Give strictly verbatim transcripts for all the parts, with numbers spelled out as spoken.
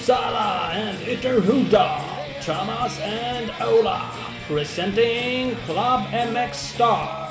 Uppsala and Ytterhuda, Thomas and Ola, presenting Club M X Star.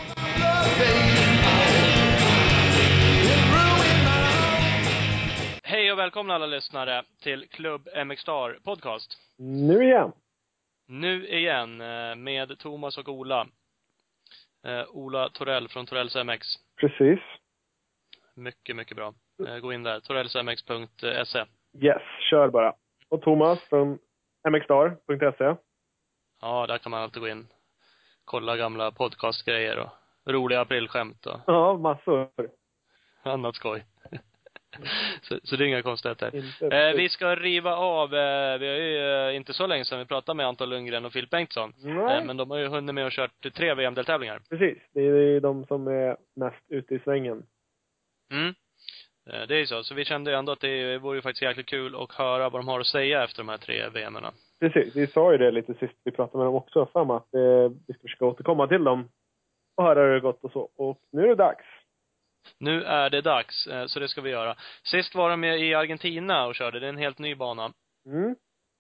Hej och välkomna alla lyssnare till Club M X Star podcast. Nu igen. Nu igen med Thomas och Ola. Eh, Ola Torell från Torells M X. Precis. Mycket, mycket bra. Eh, gå in där, torells m x punkt se. Yes, kör bara. Och Thomas från m x star punkt se. Ja, där kan man alltid gå in. Kolla gamla podcastgrejer och roliga aprilskämt och ja, massor. annat skoj. så, så det är inga konstigheter. Inte, eh, vi ska riva av, eh, vi har ju eh, inte så länge sedan vi pratade med Anton Lundgren och Filip Bengtsson. Eh, men de har ju hunnit med och kört tre V M-deltävlingar. Precis, det är de som är mest ute i svängen. Mm. Eh, det är ju så, så vi kände ju ändå att det vore ju faktiskt jäkligt kul att höra vad de har att säga efter de här tre V M-erna. Precis, vi sa ju det lite sist vi pratade med dem också, fram att eh, vi ska försöka återkomma till dem och höra hur det gått och så. Och nu är det dags. Nu är det dags, så det ska vi göra. Sist var de i Argentina och körde. Det är en helt ny bana. Mm.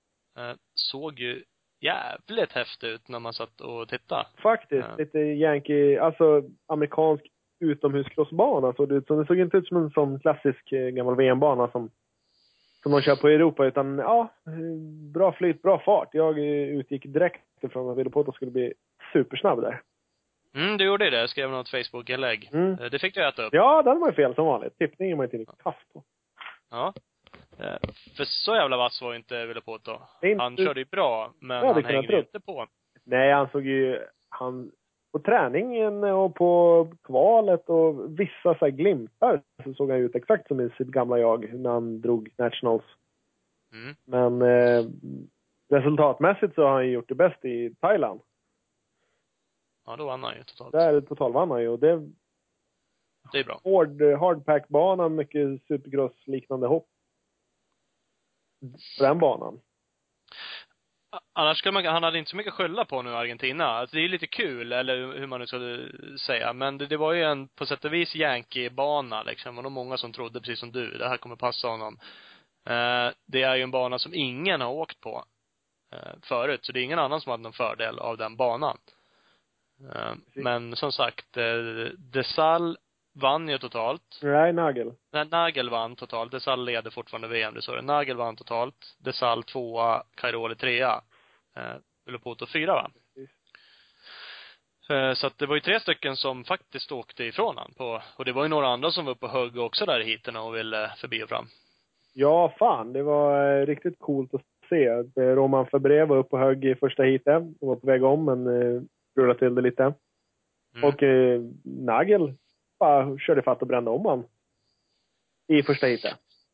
Såg ju jävligt häftigt ut när man satt och tittade. Faktiskt, ja. Lite yankee, alltså amerikansk utomhuscrossbana. Så det, så det såg inte ut som en sån klassisk eh, gammal V M-bana som, som de kör på i Europa. Utan ja, bra flyt, bra fart. Jag eh, utgick direkt ifrån att Villepåta skulle bli supersnabb där. Mm, du gjorde det. Jag skrev något Facebook-inlägg. Mm. Det fick du äta upp. Ja, det hade man ju fel som vanligt. Tippningen var inte lika kaff på. Ja. För så jävla vass var inte Villepåta. Inte... Han körde ju bra, men ja, han hängde ju inte på. Nej, han såg ju... Han, på träningen och på kvalet och vissa så här glimtar så såg han ut exakt som i sitt gamla jag när han drog Nationals. Mm. Men eh, resultatmässigt så har han gjort det bäst i Thailand. Ja, då vann han ju totalt. Där total vann han ju. Och det, det är bra. Hård, hardpack-bana, mycket supercross-liknande hopp. På den banan. Annars skulle man, han hade inte så mycket att skylla på nu i Argentina. Alltså det är lite kul, eller hur man nu ska säga. Men det, det var ju en, på sätt och vis, Yankee-bana liksom. Och det var många som trodde, precis som du, det här kommer passa honom. Eh, det är ju en bana som ingen har åkt på eh, förut. Så det är ingen annan som hade någon fördel av den banan. Eh, men som sagt, eh, Desal vann ju totalt. Nej, Nagel. Nej, Nagel vann totalt. Desal leder fortfarande V M, det så det. Nagel vann totalt. Desal tvåa, Cairoli trea. Eh, Villepåta fyra, va? Eh, så att det var ju tre stycken som faktiskt åkte ifrån han på, och det var ju några andra som var uppe och högg också där i heaten och ville förbi och fram. Ja, fan. Det var eh, riktigt coolt att se. Roman Fabre var uppe och högg i första heatet. Och var på väg om, men eh, rullade till det lite. Mm. Och eh, Nagel bara körde fatt och brände om han i första heatet.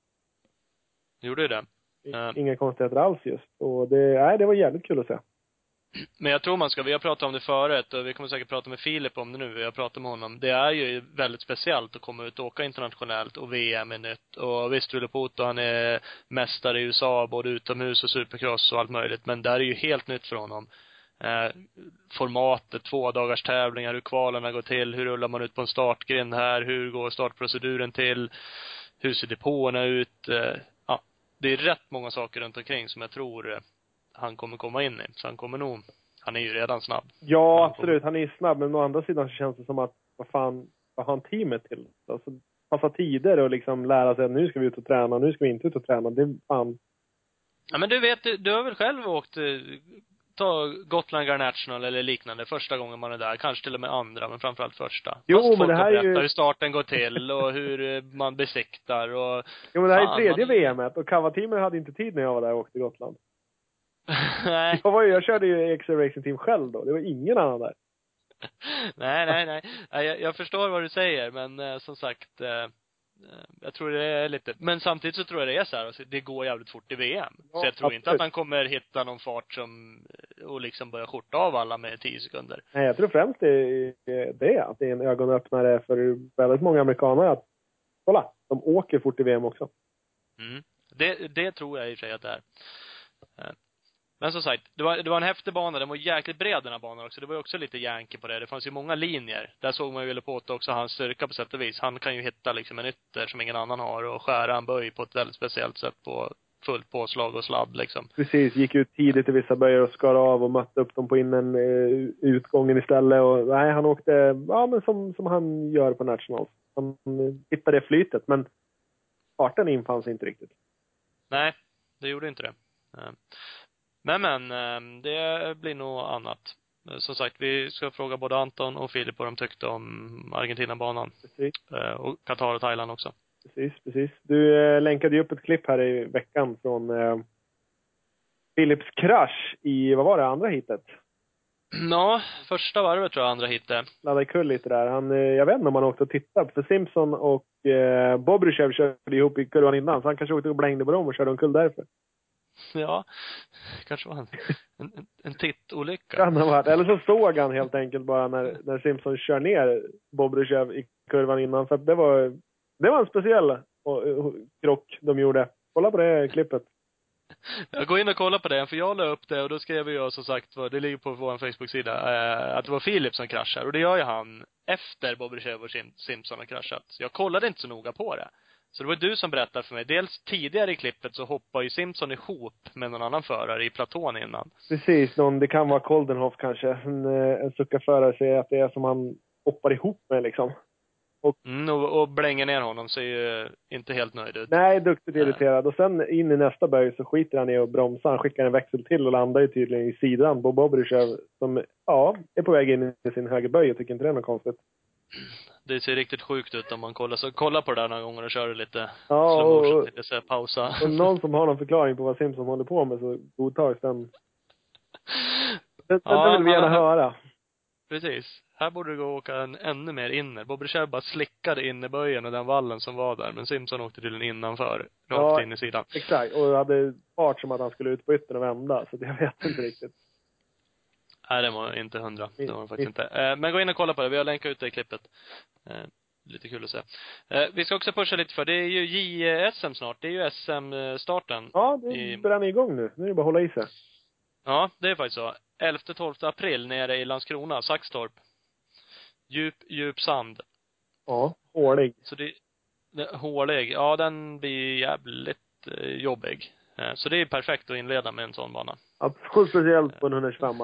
Gjorde ju det. Inga konstigheter alls just. Och det, nej, det var jävligt kul att se. Men jag tror man ska, vi har pratat om det förut och vi kommer säkert prata med Filip om det nu. Vi har pratat med honom. Det är ju väldigt speciellt att komma ut och åka internationellt och V M är nytt. Och visst, Villepåta, han är mästare i U S A, både utomhus och supercross och allt möjligt. Men det är ju helt nytt för honom. Eh, formatet, två dagars tävlingar, hur kvalarna går till, hur rullar man ut på en startgrind här, hur går startproceduren till, hur ser depåerna ut. Eh, ja, det är rätt många saker runt omkring som jag tror eh, han kommer komma in i. Så han kommer nog, han är ju redan snabb. Ja, han absolut, kommer... han är snabb, men å andra sidan så känns det som att, vad fan, vad har han teamet till? Alltså, passa tider och liksom lära sig att nu ska vi ut och träna, nu ska vi inte ut och träna, det är fan. Ja, men du vet, du, du har väl själv åkt ta Gotland Garnational eller liknande första gången man är där, kanske till och med andra, men framförallt första. Jo, fast men det här är ju hur starten går till och hur man besiktar och jo, men det här fan, är tredje man... V M-et och Kava-teamet hade inte tid när jag var där och åkte till Gotland. Nej. Jag, var ju, jag körde ju X R Racing Team själv då. Det var ingen annan där. nej, nej, nej. Jag, jag förstår vad du säger, men eh, som sagt eh, jag tror det är lite, men samtidigt så tror jag det är så här, alltså, det går jävligt fort i V M. Ja, så jag tror absolut. Inte att han kommer hitta någon fart som och liksom börja skjorta av alla med tio sekunder. Nej, jag tror främst det är det, att det är en ögonöppnare för väldigt många amerikaner att kolla, de åker fort i V M också. Mm. Det, det tror jag i och för sig att det är. Men som sagt, det var, det var en häftig bana. Den var jäkligt bred, den här banan också. Det var ju också lite Yankee på det. Det fanns ju många linjer. Där såg man ju Villepåta också hans styrka på sätt och vis. Han kan ju hitta liksom en ytter som ingen annan har och skära en böj på ett väldigt speciellt sätt på fullt påslag och sladd liksom. Precis, gick ut tidigt i vissa böjer och skar av och mötte upp dem på innen eh, utgången istället. Och, nej, han åkte, ja men som, som han gör på Nationals. Han eh, hittade flytet, men farten infanns inte riktigt. Nej, det gjorde inte det. Eh, Men men, eh, det blir nog annat. Eh, Som sagt, vi ska fråga både Anton och Filip vad de tyckte om Argentinabanan. Precis. Eh, Och Qatar och Thailand också. Precis, precis. Du eh, länkade ju upp ett klipp här i veckan från eh, Philips krasch i, vad var det, andra hitet? Ja, första varvet tror jag andra hittade. Laddade kull lite där. Han, eh, jag vet inte om han åkte och tittade. För Simpson och eh, Bobryshev körde ihop i kurvan innan. Så han kanske åkte och blängde på dem och körde en kull därför. Ja, kanske var en, en, en, en tittolycka. Kan ha varit. Eller så såg han helt enkelt bara när, när Simpson kör ner Bobryshev i kurvan innan. För att det var, det var en speciell och, och, krock de gjorde. Kolla på det klippet. Jag går in och kollar på det, för jag la upp det och då skrev jag som sagt, det ligger på vår Facebook-sida, eh, att det var Filip som kraschar. Och det gör ju han efter Bobryshev och Simpson har kraschat. Så jag kollade inte så noga på det. Så det var du som berättade för mig. Dels tidigare i klippet så hoppar ju Simpson ihop med någon annan förare i platån innan. Precis, någon, det kan vara Koldenhoff kanske. En, en suckarförare säger att det är som han hoppar ihop med liksom. Och, mm, och, och blänger ner honom, ser ju inte helt nöjd ut. Nej, duktigt irriterad. Och sen in i nästa böj så skiter han i att bromsa. Han skickar en växel till och landar ju tydligen i sidan på Bobryshev som, ja, är på väg in i sin högerböj. Jag tycker inte det är något konstigt. Det ser riktigt sjukt ut om man kollar. Så kolla på det där några gånger och kör det lite ja, slow motion, och, lite så här, pausa. Och någon som har någon förklaring på vad Simpson håller på med så godtas den. Den, ja, den vill vi gärna han, höra. Precis. Här borde det gå att åka en ännu mer inner. Bobryshev bara slickade innerböjen och den vallen som var där. Men Simpson åkte till den innanför. Rakt ja, in i sidan. Exakt. Och hade fart som att han skulle ut på yttern och vända. Så jag vet inte riktigt. Nej, det var inte hundra. Det var det faktiskt inte. Eh, men gå in och kolla på det. Vi har länkat ut det i klippet. Eh, lite kul att se. Eh, vi ska också pusha lite för. Det är ju J S M snart. Det är ju S M-starten. Ja, det i... börjar ni igång nu. Nu är det bara att hålla i sig. Ja, det är faktiskt så. elfte tolfte april nere i Landskrona, Saxtorp. Djup, djup sand. Ja, hålig. Så det, det hålig. Ja, den blir jävligt eh, jobbig. Eh, så det är perfekt att inleda med en sån bana. Absolut, speciellt på en etthundratjugofem.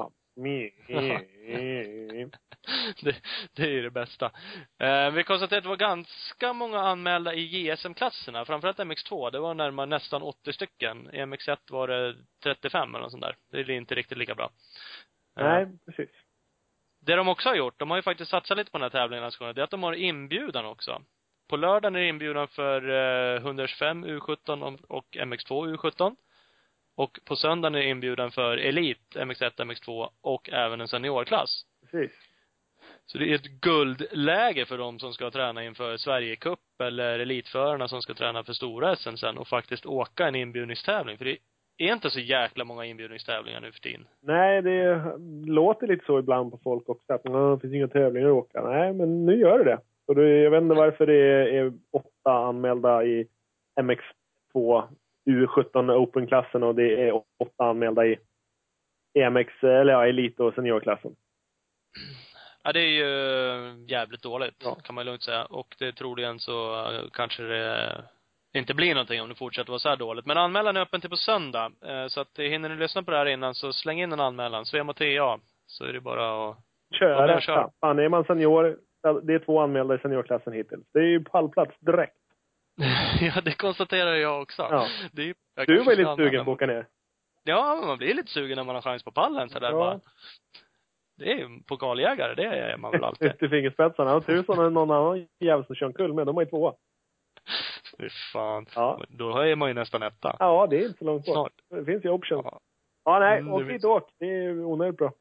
det, det är ju det bästa. Eh, vi konstaterade att det var ganska många anmälda i J S M-klasserna. Framförallt M X två. Det var närmare nästan åttio stycken. I M X ett var det trettiofem eller något sånt där. Det är inte riktigt lika bra. Nej, eh, precis. Det de också har gjort, de har ju faktiskt satsat lite på den här tävlingen. Det är att de har inbjudan också. På lördagen är det inbjudan för eh, etthundratjugofem U sjutton och M X två U sjutton. Och på söndagen är det inbjudan för Elit, M X ett, M X två och även en seniorklass. Precis. Så det är ett guldläge för de som ska träna inför Sverige Cup eller elitförarna som ska träna för stora S M sen och faktiskt åka en inbjudningstävling. För det är inte så jäkla många inbjudningstävlingar nu för tiden. Nej, det låter lite så ibland på folk också att det finns inga tävlingar att åka. Nej, men nu gör det det. Så det, jag vet inte varför det är, är åtta anmälda i M X två U sjutton Open-klassen och det är åtta anmälda i M X, eller ja, elit- och seniorklassen. Ja, det är ju jävligt dåligt, ja. kan man lugnt säga. Och det troligen så kanske det inte blir någonting om det fortsätter vara så här dåligt. Men anmälan är öppen till på söndag. Så att hinner ni lyssna på det här innan så släng in en anmälan. Svem och T A. Så är det bara att köra. Kör. Fan, är man senior, det är två anmälda i seniorklassen hittills. Det är ju pallplats direkt. Ja, det konstaterar jag också. Ja. Det är, du var lite sugen på att åka ner. Ja, men man blir lite sugen när man har chans på pallen. Så där ja. Bara. Det är ju pokaljägare, det är man väl alltid. Ut i fingerspetsarna. Och tusen är någon annan jävel som kör en kull med. De har ju två. Fy fan. Ja. Då är man ju nästan etta. Ja, det är inte så långt bort. Snart. Det finns ju options. Ja, ja nej. Mm, åk dit åk. Det är onödigt bra.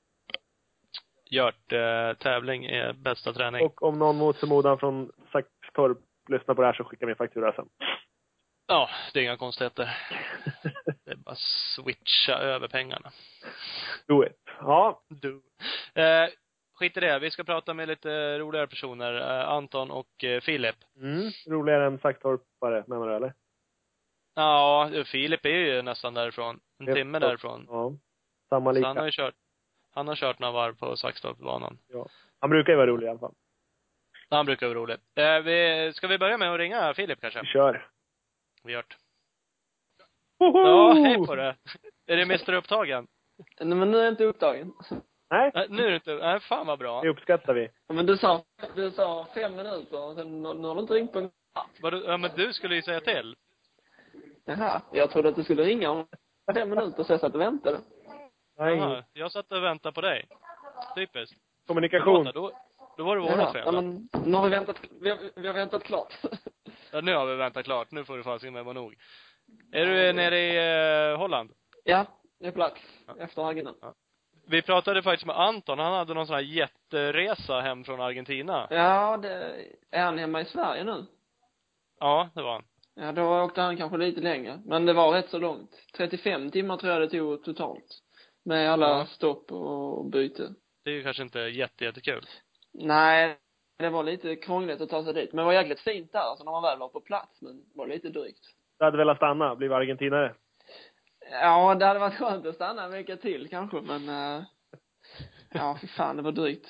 Gjort. Eh, tävling är bästa träning. Och om någon mot förmodan från Saxtorp lyssnar på det här så skickar vi faktura sen. Ja, det är inga konstigheter. Det är bara switcha över pengarna. Do it. Ja. Do. Eh, skit i det. Vi ska prata med lite roligare personer. Eh, Anton och eh, Filip. Mm, roligare än Saxtorpare, menar du eller? Ja, Filip är ju nästan därifrån. En Ett timme därifrån. Ja. Samma lika. Så han har ju kört, han har kört några varv på Saxtorpbanan. Ja. Han brukar ju vara rolig i alla fall. Han brukar vara rolig. Eh, vi, ska vi börja med att ringa Filip kanske? Vi kör. Vi gör det. Ja, hej på det. Är det mister Upptagen? Nej, men nu är jag inte upptagen. Nej, Nej, nu är det inte. Nej, fan vad bra. det uppskattar vi. Ja, men du sa, du sa fem minuter och sen nu har du inte ringt på en... Vad, ja, men du skulle ju säga till. Jaha, jag trodde att du skulle ringa om fem minuter så jag satt och väntade. Nej, Jaha, jag satt och väntade på dig. Typiskt. kommunikation. Förlåt, då, då var det vårat Jaha, fel. ja, va? men nu har vi väntat, vi har, vi har väntat klart. Ja, nu har vi väntat klart. Nu får du fasiken med vara nog. Är du nere i eh, Holland? Ja, det är plats. Ja. Efter Agnen. Ja. Vi pratade faktiskt med Anton. Han hade någon sån här jätteresa hem från Argentina. Ja, det är han hemma i Sverige nu. Ja, det var han. Ja, då åkte han kanske lite längre. Men det var rätt så långt. trettiofem timmar tror jag det tog totalt. Med alla Ja. stopp och byte. Det är ju kanske inte jätte, jättekul. Nej, det var lite krångligt att ta sig dit. Men det var jäkligt fint där, alltså när man väl var på plats. Men det var lite drygt. Du hade velat stanna, blivit argentinare. Ja, det hade varit skönt att stanna en vecka till kanske, men... Uh, ja, för fan, det var drygt.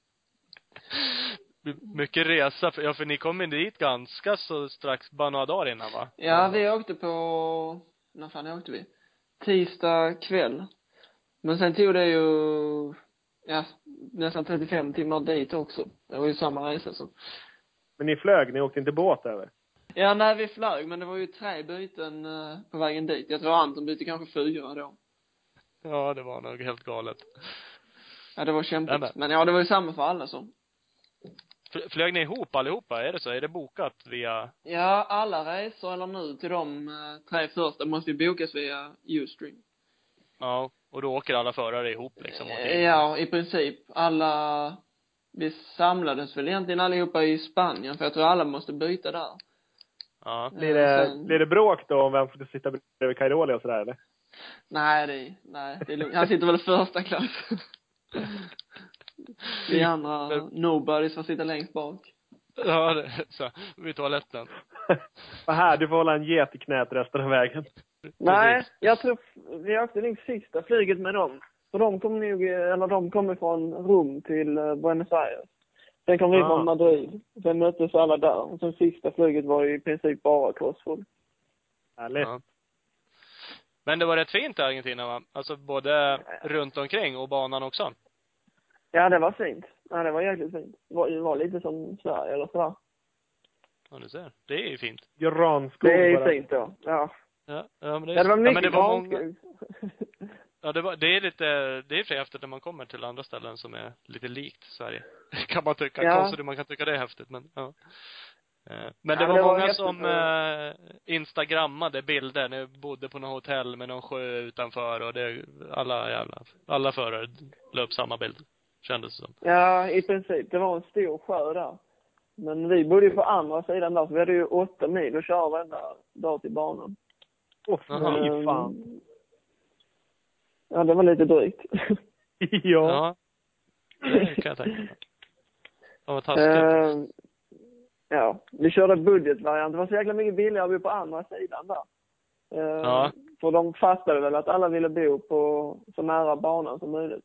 Mycket resa. För, ja, för ni kom in dit ganska så strax, bara några dagar innan, va? Ja, vi åkte på... När fan åkte vi? Tisdag kväll. Men sen tog det ju... Ja, nästan trettiofem timmar dit också. Det var ju samma resa så. Men ni flög, ni åkte inte båt över? Ja, nej, vi flög, men det var ju tre byten uh, på vägen dit. Jag tror Anton bytte kanske fyra då. Ja, det var nog helt galet. Ja, det var kämpigt. Men, men ja, det var ju samma för alla så. Flög ni ihop allihopa? Är det så? Är det bokat via... Ja, alla resor eller nu till de uh, tre första måste ju bokas via Ustream. Ja, och då åker alla förare ihop liksom. Ja, i princip. Alla... Vi samlades väl egentligen allihopa i Spanien, för jag tror alla måste byta där. Ja. Blir det, Sen... blir det bråk då om vem får sitta bredvid Cairoli och sådär, eller? Nej, det, nej, det är lugnt. Han sitter väl i första klass. Vi andra nobodies får sitta längst bak. Ja, det, så, vid toaletten. Vad här, du får hålla en get i knät resten av vägen. Nej, jag tror vi åkte nog sista flyget med dem. För de kom nog, eller de kom från Rom till Buenos Aires. Sen kom vi Ah. från Madrid. Sen möttes alla där. Och sen sista flyget var i princip bara korsfull. Härligt. Ja. Men det var rätt fint i Argentina, va? Alltså både runt omkring och banan också. Ja, det var fint. Ja, det var jäkligt fint. Det var, det var lite som Sverige eller sådär. Ja, du ser. Det är ju fint. Granskog Det är ju bara. fint då. Ja. Ja, ja men det, är, Ja, det var ja, mycket men det var många. granskog. Ja, det var, det är lite, det är för häftigt när man kommer till andra ställen som är lite likt Sverige. Kan man tycka, Ja. konstigt man kan tycka det är häftigt, men ja. Eh, Men det Ja, var det var många häftigt som att- eh, instagrammade bilder när jag bodde på något hotell med någon sjö utanför och det, alla jävla, alla förare la upp samma bild, kändes det som. Ja, i princip. Det var en stor sjö där. Men vi bodde ju på andra sidan där, så vi hade ju åtta mil att köra varenda dag till banan. Åh, Jaha. fy fan. Ehm, Ja, det var lite drygt. Ja. Ja. Det kan jag tänka mig. Det var taskigt. Ehm, ja, vi körde budgetvariant. Det var så jäkla mycket billigare att bo på andra sidan där. Ehm, Ja. För de fastade väl att alla ville bo på så nära banan som möjligt.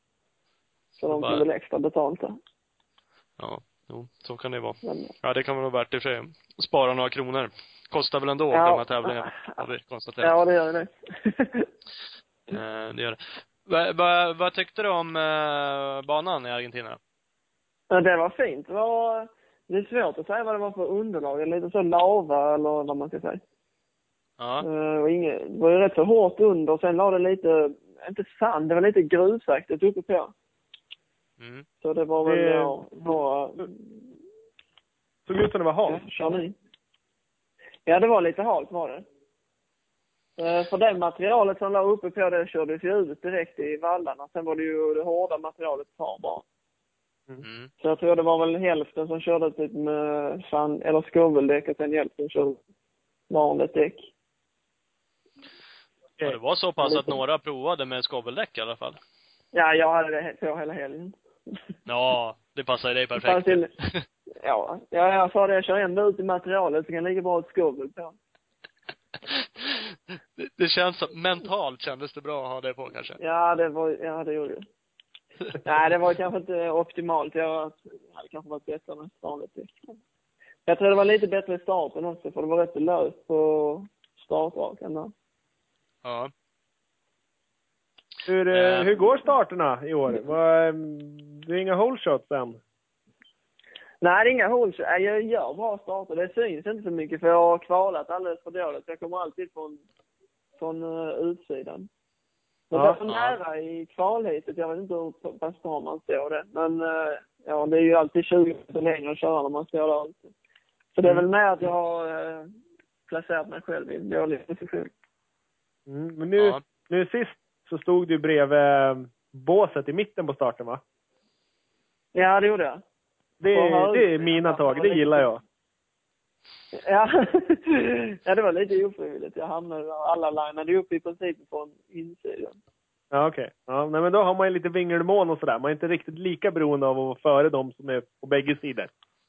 Så de bara- tog väl extra betalt där. Ja, jo, så kan det vara. Men, Ja, det kan vara värt det för sig. Spara några kronor. Kostar väl ändå Ja. de här tävlingarna, har vi konstaterat. ja, det gör det. Eh, det gör det. Vad va, vad tyckte du om eh, banan i Argentina? Ja, det var fint. Det var, det är svårt att säga vad det var för underlag. Det är lite så lava eller vad man ska säga. Ja. Uh, och inget, det var ju rätt så hårt under. Sen la det lite, inte sand, det var lite grusaktigt uppe på. Mm. Så det var väl Det- ja, några... Såg ut som det var halt. Ja, kör ni. Ja, det var lite halt var det. Uh, för det materialet som la uppe på det kördes ju ut direkt i vallarna. Sen var det ju det hårda materialet kvar bara. Mm. Så jag tror det var väl hälften som körde typ med sand, eller skoveldäck, och sen hälften körde vanligt däck. Ja, det var så pass att några provade med skoveldäck i alla fall. Ja, jag hade det på hela helgen. Ja, det passar dig Fanns perfekt. till, ja, ja, jag sa det, jag kör ändå ut i materialet så kan ligga bra ett skovel på. det, det känns som, mentalt kändes det bra att ha det på kanske. Ja, det var, ja det gjorde det. Nej, det var kanske inte optimalt. Jag hade kanske varit bättre med vanligt däck. Jag tror det var lite bättre i starten också, för det var rätt löst på startraken där. Ja. Hur, Eh. hur går starterna i år? Vad, det är inga hole shots än? Nej, det är inga hål. Jag gör bra starter. Det syns inte så mycket för jag har kvalat alldeles för dåligt. Jag kommer alltid från, från uh, utsidan. Men Ja, det är så ja. nära i kvalhitet. Jag vet inte hur pass bra man står det. Men uh, ja, det är ju alltid tjugo minuter längre att köra när man står där ute. Så det är Mm. väl mer att jag har uh, placerat mig själv i en dålig position. Mm, men nu, Ja. nu sist så stod du bredvid båset i mitten på starten, va? Ja, det gjorde jag. Det, På höger- det är mina tag, det gillar jag. Ja. Ja, det var lite ofrivilligt. Jag hamnade där. Alla linade upp i princip från insidan. Ja, okej. Okay. Ja, nej, men då har man ju lite vingelmån och sådär. Man är inte riktigt lika beroende av att vara före dem som är på bägge sidor.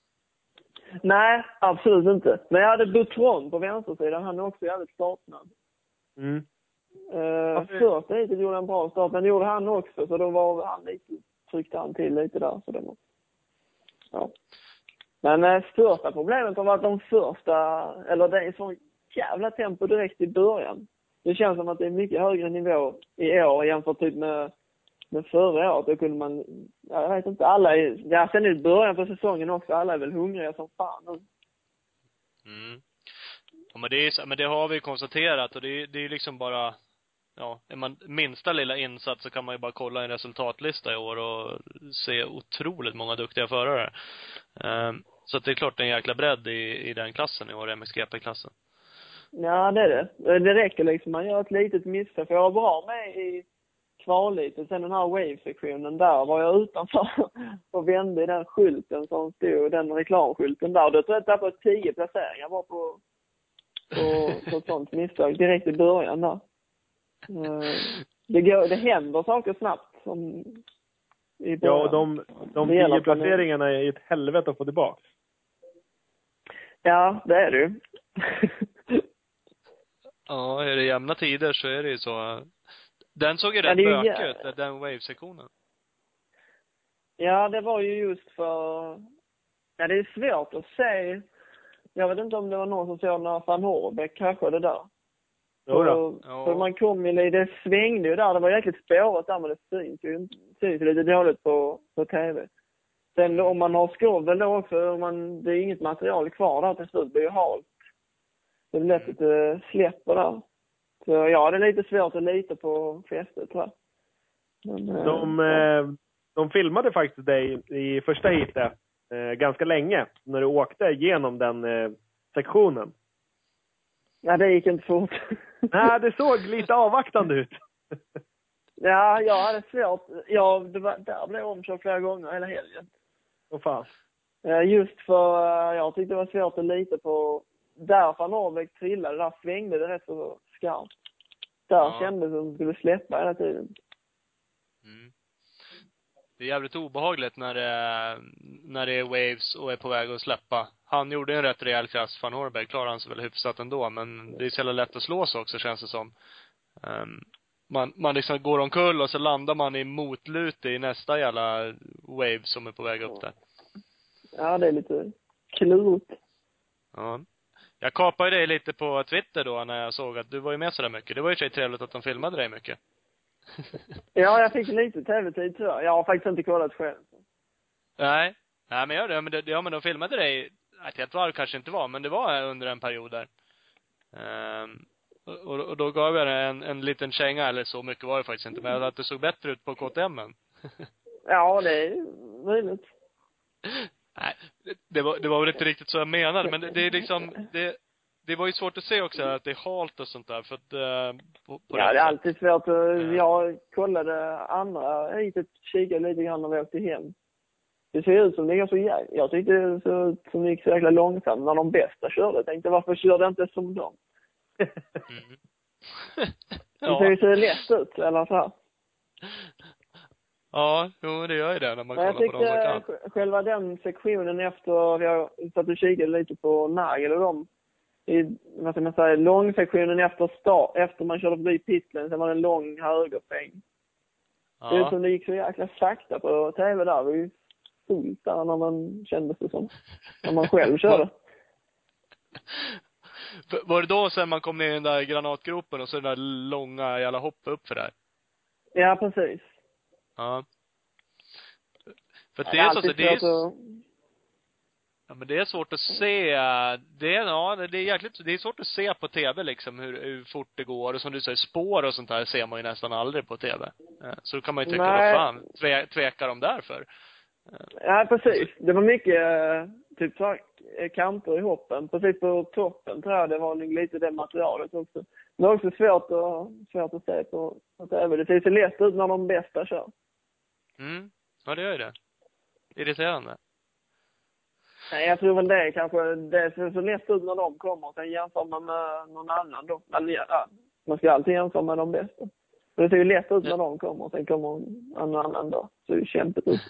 Nej, absolut inte. Men jag hade Butron på vänstersidan. Han är också jävligt startsnabb. Mm. Uh, Varför? Först lite gjorde en bra start, men det gjorde han också. Så då var han lite, tryckte han till lite där. Så det var, ja. Men uh, största problemet har varit de första, eller det är så jävla tempo direkt i början. Det känns som att det är mycket högre nivå i år jämfört typ med, med förra året. Då kunde man, jag vet inte, alla är, ja, sen i början på säsongen också, alla är väl hungriga som fan nu. Mm. Ja, men det är så, men det har vi konstaterat och det är, det är liksom bara, ja, är man minsta lilla insats så kan man ju bara kolla en resultatlista i år och se otroligt många duktiga förare. Um, så att det är klart det är en jäkla bredd i, i den klassen i år, M X G P-klassen. Ja, det är det. Det räcker liksom. Man gör ett litet misstag. För jag var bra med i kvallitet. Sen den här wave-sektionen där var jag utanför och vände i den skylten som stod, den reklamskylten där. Då tror jag att jag tappade tio placeringar bara på, på, på ett sånt misstag direkt i början där. Det, går, det händer saker snabbt. Som i början. Ja, och de, de Det gäller tio att man- placeringarna är ett helvete att få tillbaka. Ja, det är det ju. Ja, är det jämna tider så är det ju så. Den såg ju Ja, rätt det är ju bökig jä- ut, den wave-sektionen. Ja, det var ju just för... Ja, det är svårt att se. Jag vet inte om det var någon som såg när Van Horbeck kraschade där. Jo då. Ja. För man kom ju lite, det svängde ju där. Det var jäkligt spåret där, men det syns ju, syns ju lite dåligt på, på tv. Sen om man har skovel då också, om man, det är inget material kvar där till slut, det är ju halt. Det är lätt att det släpper där. Så ja, det är lite svårt att lita på fästet, tror jag. Men, De, eh, ja. eh, de filmade faktiskt dig i första heatet eh, ganska länge. När du åkte igenom den eh, sektionen. Ja, det gick inte fort. Nej, det såg lite avvaktande ut. Ja, jag hade svårt. Ja, det var, där blev jag omkörd flera gånger hela helgen. Åh fan. Eh, Just för, eh, jag tyckte det var svårt att lita på. Där Van Horbeck trillade, där svängde det rätt så skarpt. Där Ja. kändes det som att det skulle släppa hela tiden. Mm. Det är jävligt obehagligt när det, är, när det är waves och är på väg att släppa. Han gjorde en rätt rejäl krasch, Van Horbeck klarade han sig väl hyfsat ändå, men det är så jävla lätt att slå sig också, känns det som. Um, man, man liksom går omkull och så landar man i motlut i nästa jävla wave som är på väg upp där. Ja, det är lite klurigt. Ja. Jag kapade dig lite på Twitter då när jag såg att du var ju med så där mycket. Det var ju så trevligt att de filmade dig mycket. Ja, jag fick lite tv-tid tyvärr. Jag har faktiskt inte kollat själv. Nej. Nej, men jag det. Men det, ja, men de filmade dig, ett helt varv kanske inte var, men det var under en period där. Um, och, och då gav jag det en, en liten känga, eller så mycket var det faktiskt inte, men att det såg bättre ut på K T M-en. Ja, det är möjligt. Nej, det, det var, det var väl inte riktigt så jag menade, men det, det är liksom, det, det var ju svårt att se också att det är halt och sånt där, för att, uh, på, på Ja, det är alltid svårt. Att, Ja. Jag kollade andra, jag gick och kikade lite grann när vi åkte hem. Det ser ut som det går så jäkla, jag tyckte det såg ut som det gick så jäkla långsamt när de bästa körde. Jag tänkte, varför körde inte som dem? Mm. Det ser ju så lätt ut, eller så här. Ja, jo, det gör ju det när man Men jag kollar på dem som kan. tyckte själva den sektionen efter, vi har satt och kikade lite på Nagel och dem. I, vad ska man säga, långsektionen efter start, efter man körde förbi pitlen, sen var det en lång högersväng. Ja. Det är som det gick så jäkla sakta på tv där. Det var ju fullt där när man kände sig som, när man själv körde. Var det då sen man kom ner i den där granatgropen och så den där långa jävla hopp upp för där? Ja, precis. Ja. För Ja, det är så, så det är, att... ja, men det är svårt att se. Det är, ja, det är jäkligt, det är svårt att se på tv liksom hur, hur fort det går. Och som du säger, spår och sånt här ser man ju nästan aldrig på tv. Så då kan man ju tycka, Nej. vad fan, tve, tvekar de därför? Ja, precis. Det var mycket typ så här, kanter i hoppen. Precis på toppen tror jag det var lite det materialet också. Det var också svårt att, svårt att se på, på tv. Det ser så lätt ut när de bästa kör. Mm, ja det gör ju det. Irriterande. Nej, jag tror väl det kanske, det ser så lätt ut när de kommer. Sen jämför man med någon annan då. Men ja, man ska alltid jämföra med de bästa. Det ser ju lätt ut när de kommer. Sen kommer någon annan då. Så det är kämpigt ut.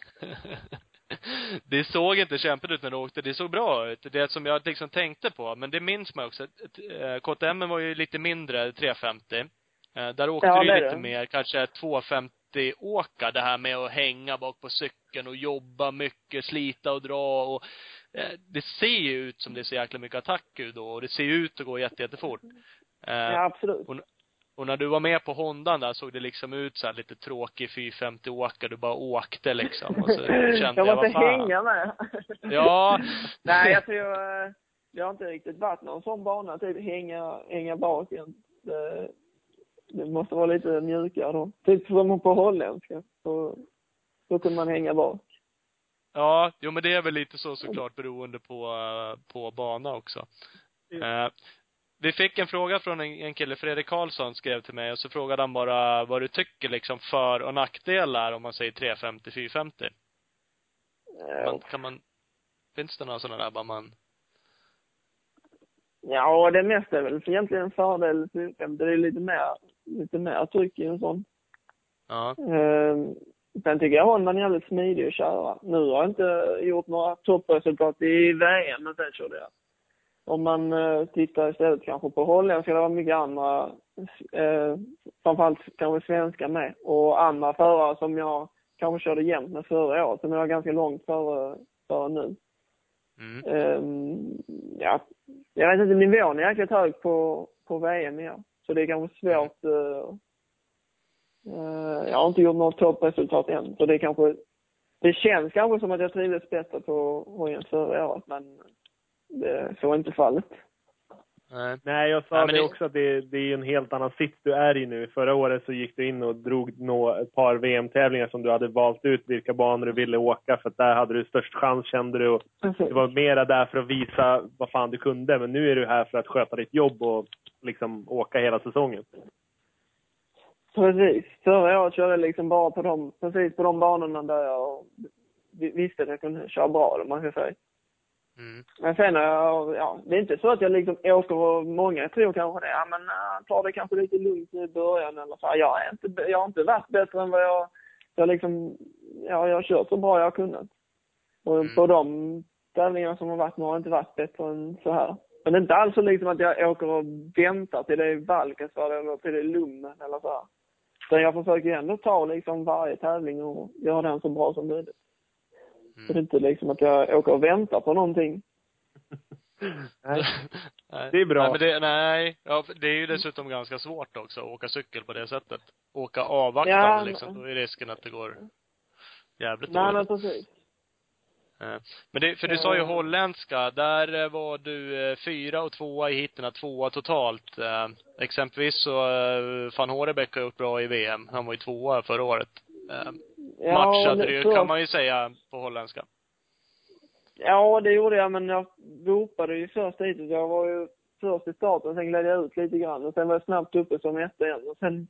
Det såg inte kämpigt ut när det åkte. Det såg bra ut. Det som jag liksom tänkte på. Men det minns man också. K T M var ju lite mindre, trehundrafemtio. Där åkte ja, det ju det lite det. mer, kanske tvåhundrafemtio åka. Det här med att hänga bak på cykeln och jobba mycket, slita och dra. Och, eh, det ser ju ut som det är så jäkla mycket attack då. Och det ser ju ut att gå jätte, jättefort. Eh, ja, absolut. Och, och när du var med på Hondan där såg det liksom ut så här lite tråkig fyrahundrafemtio åka. Du bara åkte liksom. Och så kände jag, jag måste vad fan. hänga med. Ja. Nej, jag tror jag har inte riktigt varit någon sån bana. Typ hänga, hänga bak igen. Det, det måste vara lite mjukare då. Typ som på holländska. Så, så kan man hänga bak. Ja, jo men det är väl lite så såklart beroende på, på bana också. Mm. Uh, vi fick en fråga från en, en kille, Fredrik Karlsson skrev till mig. Och så frågade han bara vad du tycker liksom för- och nackdelar om man säger trehundrafemtio fyrahundrafemtio. Ja. Man, kan man, finns det några sådana där bara man... Ja, det mesta är väl egentligen en fördel. Det är lite mer, lite mer tryck i en sån. Ja. Uh, sen tycker jag Honda är jävligt smidig att köra. Nu har jag inte gjort några toppresultat i V M, men sen körde jag. Om man uh, tittar istället kanske på Holland så det var mycket andra, uh, framförallt kanske svenska med. Och andra förare som jag kanske körde jämt med förra året, som jag var ganska långt före, före nu. Mm. Um, ja, jag vet inte, nivån är jäkligt hög på, på V M, ja. Så det är kanske svårt. Uh, uh, jag har inte gjort något toppresultat än. Så det är kanske, det känns kanske som att jag trivdes bättre på hojen förra året, men det så är inte fallet. Nej. Nej, jag sa Nej, det, det också att det, det är en helt annan sits du är i nu. Förra året så gick du in och drog nå ett par V M-tävlingar som du hade valt ut vilka banor du ville åka. För att där hade du störst chans, kände du. Och det var mera där för att visa vad fan du kunde. Men nu är du här för att sköta ditt jobb och liksom åka hela säsongen. Precis. Förra året körde jag liksom bara på de, precis på de banorna där jag visste att jag kunde köra bra, om man ska säga. Mm. Men sen, ja, det är inte så att jag liksom åker och många tror kanske det. Ja, men äh, tar det kanske lite lugnt i början eller så. Jag är inte, jag har inte varit bättre än vad jag, jag liksom, ja, jag har kört så bra jag har kunnat. Och Mm. på de tävlingar som har varit nu har jag inte varit bättre än så här. Men det är inte alls så liksom att jag åker och väntar till det är Valkens eller till det är Lummen eller så här. Så jag försöker ändå ta liksom varje tävling och göra den så bra som möjligt. Mm. Så det är inte liksom att jag åker och väntar på någonting. Nej. Nej. Det är bra. Nej, men det, nej. Ja, det är ju dessutom ganska svårt också att åka cykel på det sättet. Åka avvaktande ja, liksom. Då är risken att det går jävligt nej, dåligt. men precis. Men det, för du sa ju holländska, där var du fyra och tvåa i hitterna, tvåa totalt. Eh, exempelvis så eh, Van Horebek har gjort bra i V M. Han var ju tvåa förra året. Eh, ja, matchade det ju, kan man ju säga på holländska. Ja, det gjorde jag, men jag ropade ju först hit. Jag var ju först i starten, sen gled jag ut lite grann. Och sen var jag snabbt uppe som ett igen. Och sen...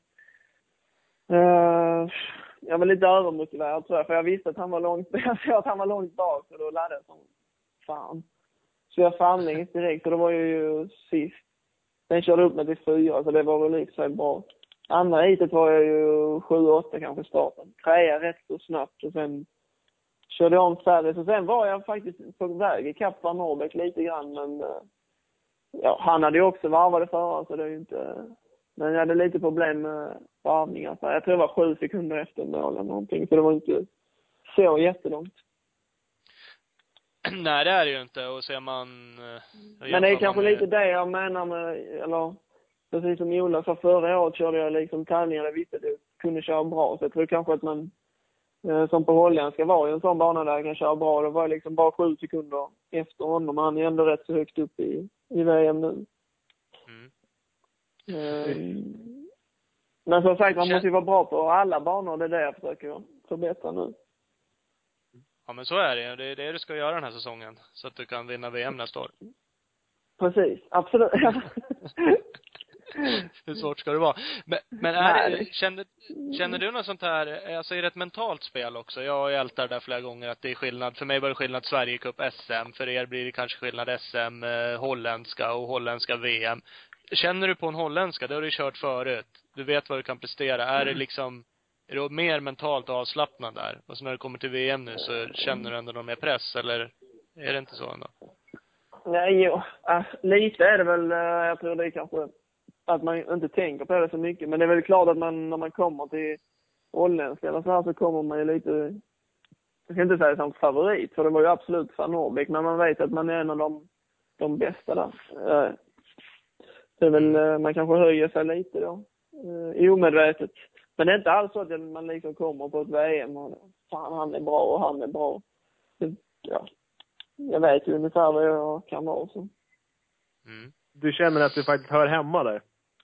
Uh, jag var lite övermotiverad tror jag, för jag visste att han var långt, jag såg att han var långt bak, så då laddade jag som fan. Så jag framlänges direkt, och då var jag ju sist. Sen körde upp med till fyra, så det var väl lite så bra. Andra hitet var jag ju sju åtta kanske starten. Träa rätt så snabbt, och sen körde jag om färdigt. Så sen var jag faktiskt på väg i kapp Van Norbeck lite grann, men ja, han hade ju också varvade förare, så det är ju inte... Men jag hade lite problem med varvningar. Jag tror det var sju sekunder efter mål eller någonting. Så det var inte så jättelångt. Nej, det är det ju inte. Och ser man... eh, Men det är jämför kanske man med- lite det jag menar med, eller precis som Ola sa, förra året körde jag liksom tävlingar där jag visste att jag kunde köra bra. Så jag tror kanske att man, eh, som på holländska, var ju en sån bana där jag kan köra bra. Det var liksom bara sju sekunder efter honom. Han är ändå rätt så högt upp i, i V M nu. Mm. Eh, men som sagt, man Kän- måste ju vara bra på alla banor. Det är det jag försöker förbättra nu. Ja, men så är det. Det är det du ska göra den här säsongen. Så att du kan vinna V M nästa år. Precis, absolut. Hur svårt ska det vara? Men, men är Nej, det, det- känner, känner du något sånt här, alltså är det ett mentalt spel också? Jag har ju ältat där flera gånger att det är skillnad. För mig var det skillnad Sverige Cup S M. För er blir det kanske skillnad S M, eh, holländska och holländska V M. Känner du på en holländska? Det har du ju kört förut. Du vet vad du kan prestera. Är det liksom, är du mer mentalt avslappnad där? Och så när du kommer till V M nu så känner du ändå någon mer press? Eller är det inte så ändå? Nej, jo. Äh, lite är det väl, äh, jag tror det är kanske att man inte tänker på det så mycket. Men det är väl klart att man, när man kommer till holländska eller så här, så kommer man ju lite, jag ska inte säga som favorit, för det var ju absolut Van Norbeek, men man vet att man är en av de, de bästa där. Äh, det är väl, äh, man kanske höjer sig lite då, äh, omedvetet. Men det är inte alls så att man liksom kommer på ett V M och fan, han är bra och han är bra. Det, ja. Jag vet ju ungefär vad jag kan vara så. Mm. Du känner att du faktiskt hör hemma där?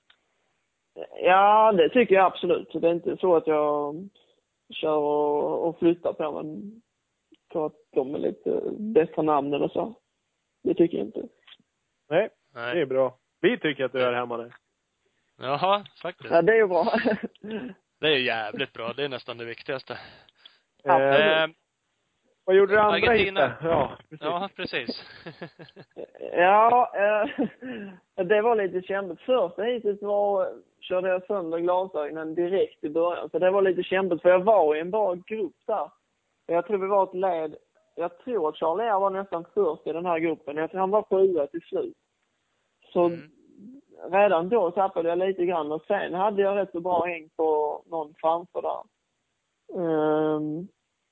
Ja, det tycker jag absolut. Det är inte så att jag kör och, och flyttar på men för att de är lite bättre namn eller så. Det tycker jag inte. Nej, Nej. det är bra. Vi tycker att du hör hemma där. Jaha, faktiskt. Ja, det är ju bra. Det är jävligt bra. Det är nästan det viktigaste. Eh, Eh, vad gjorde du andra Argentina. inte? Ja, precis. ja, precis. Ja, eh, det var lite kämpigt. Första hittills var, körde jag sönder glasögonen direkt i början. Så det var lite kämpigt för jag var i en bra grupp där. Jag tror vi var ett led. Jag tror att Charlie var nästan först i den här gruppen. Jag tror han var sjua till slut. Så Mm. redan då tappade jag lite grann. Och sen hade jag rätt så bra häng på någon framför där. Um,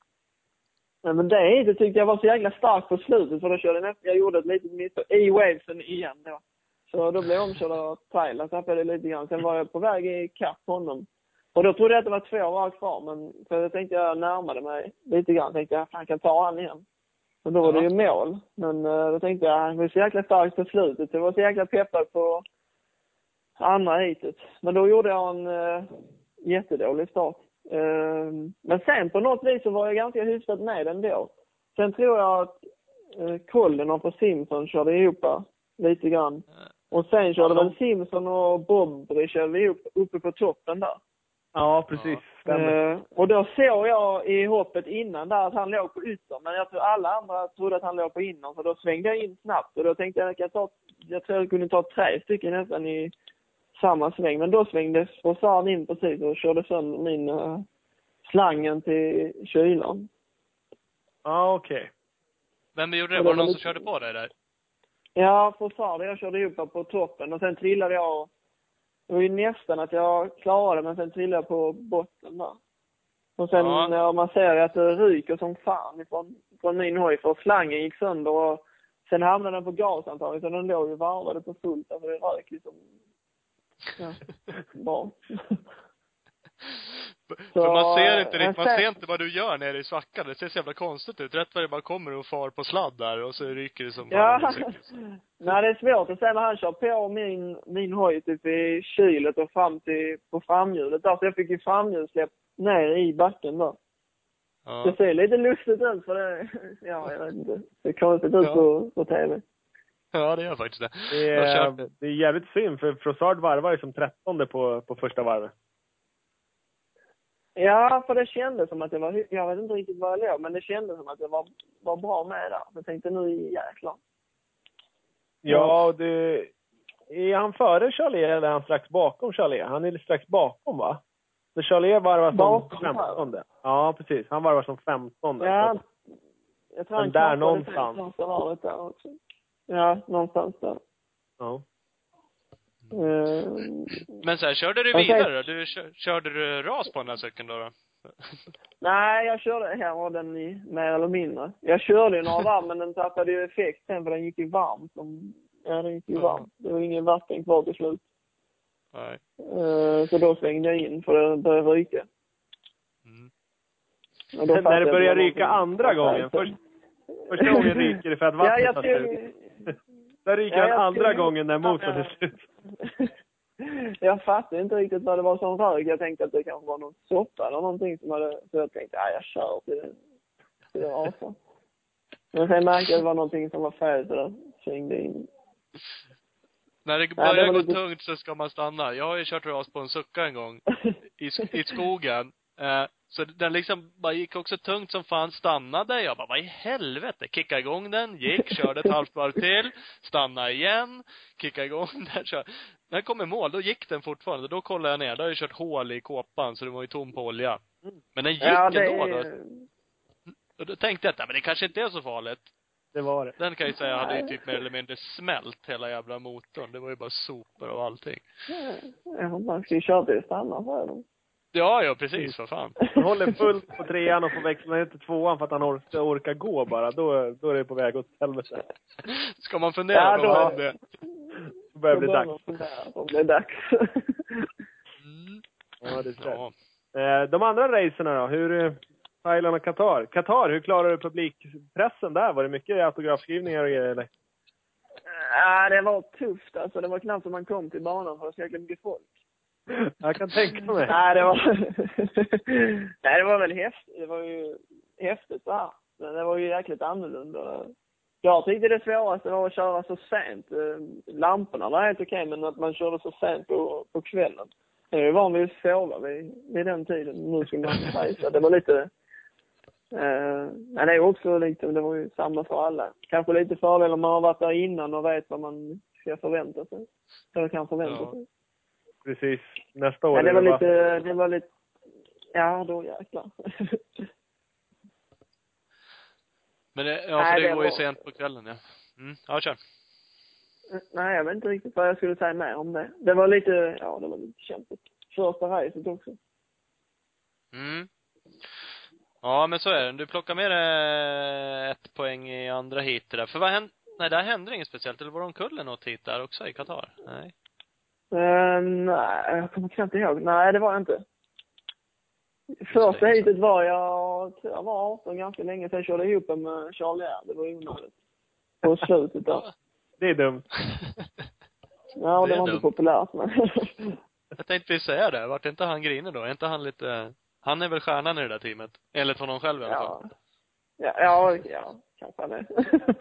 men det, det tyckte jag var så jäkla starkt på slutet. För då körde jag, jag gjorde ett litet misstag i wavesen igen då. Så då blev jag omkörd av Tyler. Tappade jag lite grann. Sen var jag på väg i kapp honom. Och då trodde jag att det var två var kvar. Men för jag tänkte jag närmade mig lite grann. Tänkte jag, fan kan ta han igen. Och då var det ju mål. Men uh, då tänkte jag, han var så jäkla starkt på slutet. Så jag var så jäkla peppad på andra hitet. Men då gjorde jag en uh, jättedålig start. Uh, men sen på något vis så var jag ganska hyfsat med ändå. Sen tror jag att uh, Colin och på Simpson körde ihop lite grann. Och sen körde väl Simpson och Bobry körde ihop uppe på toppen där. Ja, precis. Stämmer. Uh, och då såg jag i hoppet innan där att han låg på ytter. Men jag tror alla andra trodde att han låg på innan. Så då svängde jag in snabbt. Och då tänkte jag att jag, ta, jag tror jag kunde ta tre stycken nästan i samma sväng. Men då svängde Frossard in precis och körde sönder min uh, slangen till kylan. Ja, okej. Okay. Vem gjorde det? Var det någon som körde på dig där? Ja, Frossard. Jag körde ihop på toppen. Och sen trillade jag. Det var ju nästan att jag klarade, men sen trillade jag på botten där. Och sen ja. ja, man ser att det ryker som fan ifrån, från min hoj, för slangen gick sönder och sen hamnade den på gasantaget, så den låg ju varvade på fullt, alltså det rök liksom. Ja, bra. För Så, man ser inte riktigt, man sen, ser inte vad du gör nere i svackan. Det ser så jävla konstigt ut. Rätt vad det bara kommer och far på sladd där och så ryker det som ja. Nej, det är svårt att säga när han kör på min, min hoj typ i kylet och fram till på framhjulet där. Så jag fick ju framhjulsläpp ner i backen där. Ja. Det ser lite lustigt ut för det, ja jag vet inte. Det är konstigt ut ja. på, på tv. Ja, det gör faktiskt det. Det är, det är jävligt synd för Frossard varvar ju som trettonde på, på första varvet. Ja, för det kändes som att det var, jag vet inte riktigt vad jag låg, men det kändes som att det var, var bra med där. Jag tänkte nu jäklar. Ja, det, är han före Charlie eller är han strax bakom Charlie? Han är strax bakom, va? Så Charlie varvar som bakom femtonde. Ja, precis. Han varvar som femtonde. Ja, jag tror han där någonstans. Där också. Ja, någonstans där. Ja. Mm. Men så här, körde du vidare då? Du, körde du ras på den här cykeln då, då? Nej, jag körde, här var den i mer eller mindre. Jag körde ju några varv, men den tappade ju effekt sen för den gick ju varmt. Som, ja, den gick ju varmt. Det var ingen vatten kvar till slut. Nej. Uh, så då svängde jag in för det började ryka. Mm. När det börjar ryka andra gången. Först, första gången ryker det för att vattnet ja, tar slut. Där ryker ja, den andra skulle... gången när motorn är slut. Jag fattade inte riktigt vad det var som rök. Jag tänkte att det kanske var någon soppa eller någonting som hade... Så jag tänkte, ja, jag kör till det. Till det avfall. Men sen märkte jag att det var någonting som var fel så där svängde in. När det börjar ja, det gå lite... tungt så ska man stanna. Jag har ju kört ras på en sucka en gång. I, i skogen. Eh, så den liksom bara gick också tungt som fan, stannade. Jag bara, vad i helvete? Kicka igång den, gick, körde ett halvt varv till, stanna igen, kicka igång den, kör. När jag kom i mål, då gick den fortfarande. Då kollade jag ner, då hade jag kört hål i kåpan så det var ju tom på olja. Men den gick ja, det... ändå då. Och då tänkte jag, men det kanske inte är så farligt. Det var det. Den kan jag säga hade ju typ mer eller mindre smält hela jävla motorn. Det var ju bara sopor och allting. Ja, man ska ju köra till stanna för dem. Ja, ja, precis, för fan. Han håller fullt på trean och får växla ner till tvåan för att han orkar, orkar gå bara. Då, då är det på väg åt helvete. Ska man fundera ja, då, då, om det? Då börjar det bli dags. Om det är dags. Mm. Ja, det är ja. De andra racerna då? Hur... Thailand och Qatar. Qatar, hur klarar du publikpressen där? Var det mycket autografskrivningar och grejer, eller? Ja, det var tufft. Alltså, det var knappt som man kom till banan för att säkert mycket folk. Jag kan tänka mig. Nej, det var... Nej, det var väl häftigt. Det var ju häftigt så här. Men det var ju jäkligt annorlunda. Jag tyckte det svåraste var att köra så sent. Lamporna var helt okej, men att man körde så sent på, på kvällen. Jag är van vid att sova vid, vid den tiden. Nu skulle man säga. Det var lite... Uh, men det är också lite, det var ju samma för alla. Kanske lite fördel om man har varit där innan och vet vad man ska förvänta sig. Eller kan förvänta ja. sig. Precis. Nästa år. Ja, det, det var bara... lite, det var lite, ja då jäklar. Men det, ja, för Nej, det, det går ju var... sent på kvällen, ja. Mm, ja, kör. Nej, jag vet inte riktigt vad jag skulle säga mer om det. Det var lite, ja det var lite kämpigt. Första racet också. Mm. Ja, men så är det. Du plockar med dig ett poäng i andra hit där. För vad hände? Nej, där hände inget speciellt. Eller var det omkull något hit där också i Qatar? Nej. Uh, nej, jag kommer knappt ihåg. Nej, det var jag inte. Första hitet var jag, jag var arton ganska länge. Sen körde jag ihop med Charlie R. Det var onödigt. På slutet där. Det är dumt. Ja, det, det var dumt. Inte populärt. Men... jag tänkte precis säga det. Vart inte han griner då? Är inte han lite... Han är väl stjärnan i det där teamet? Enligt honom själv i alla fall. Ja, ja, ja kanske han är.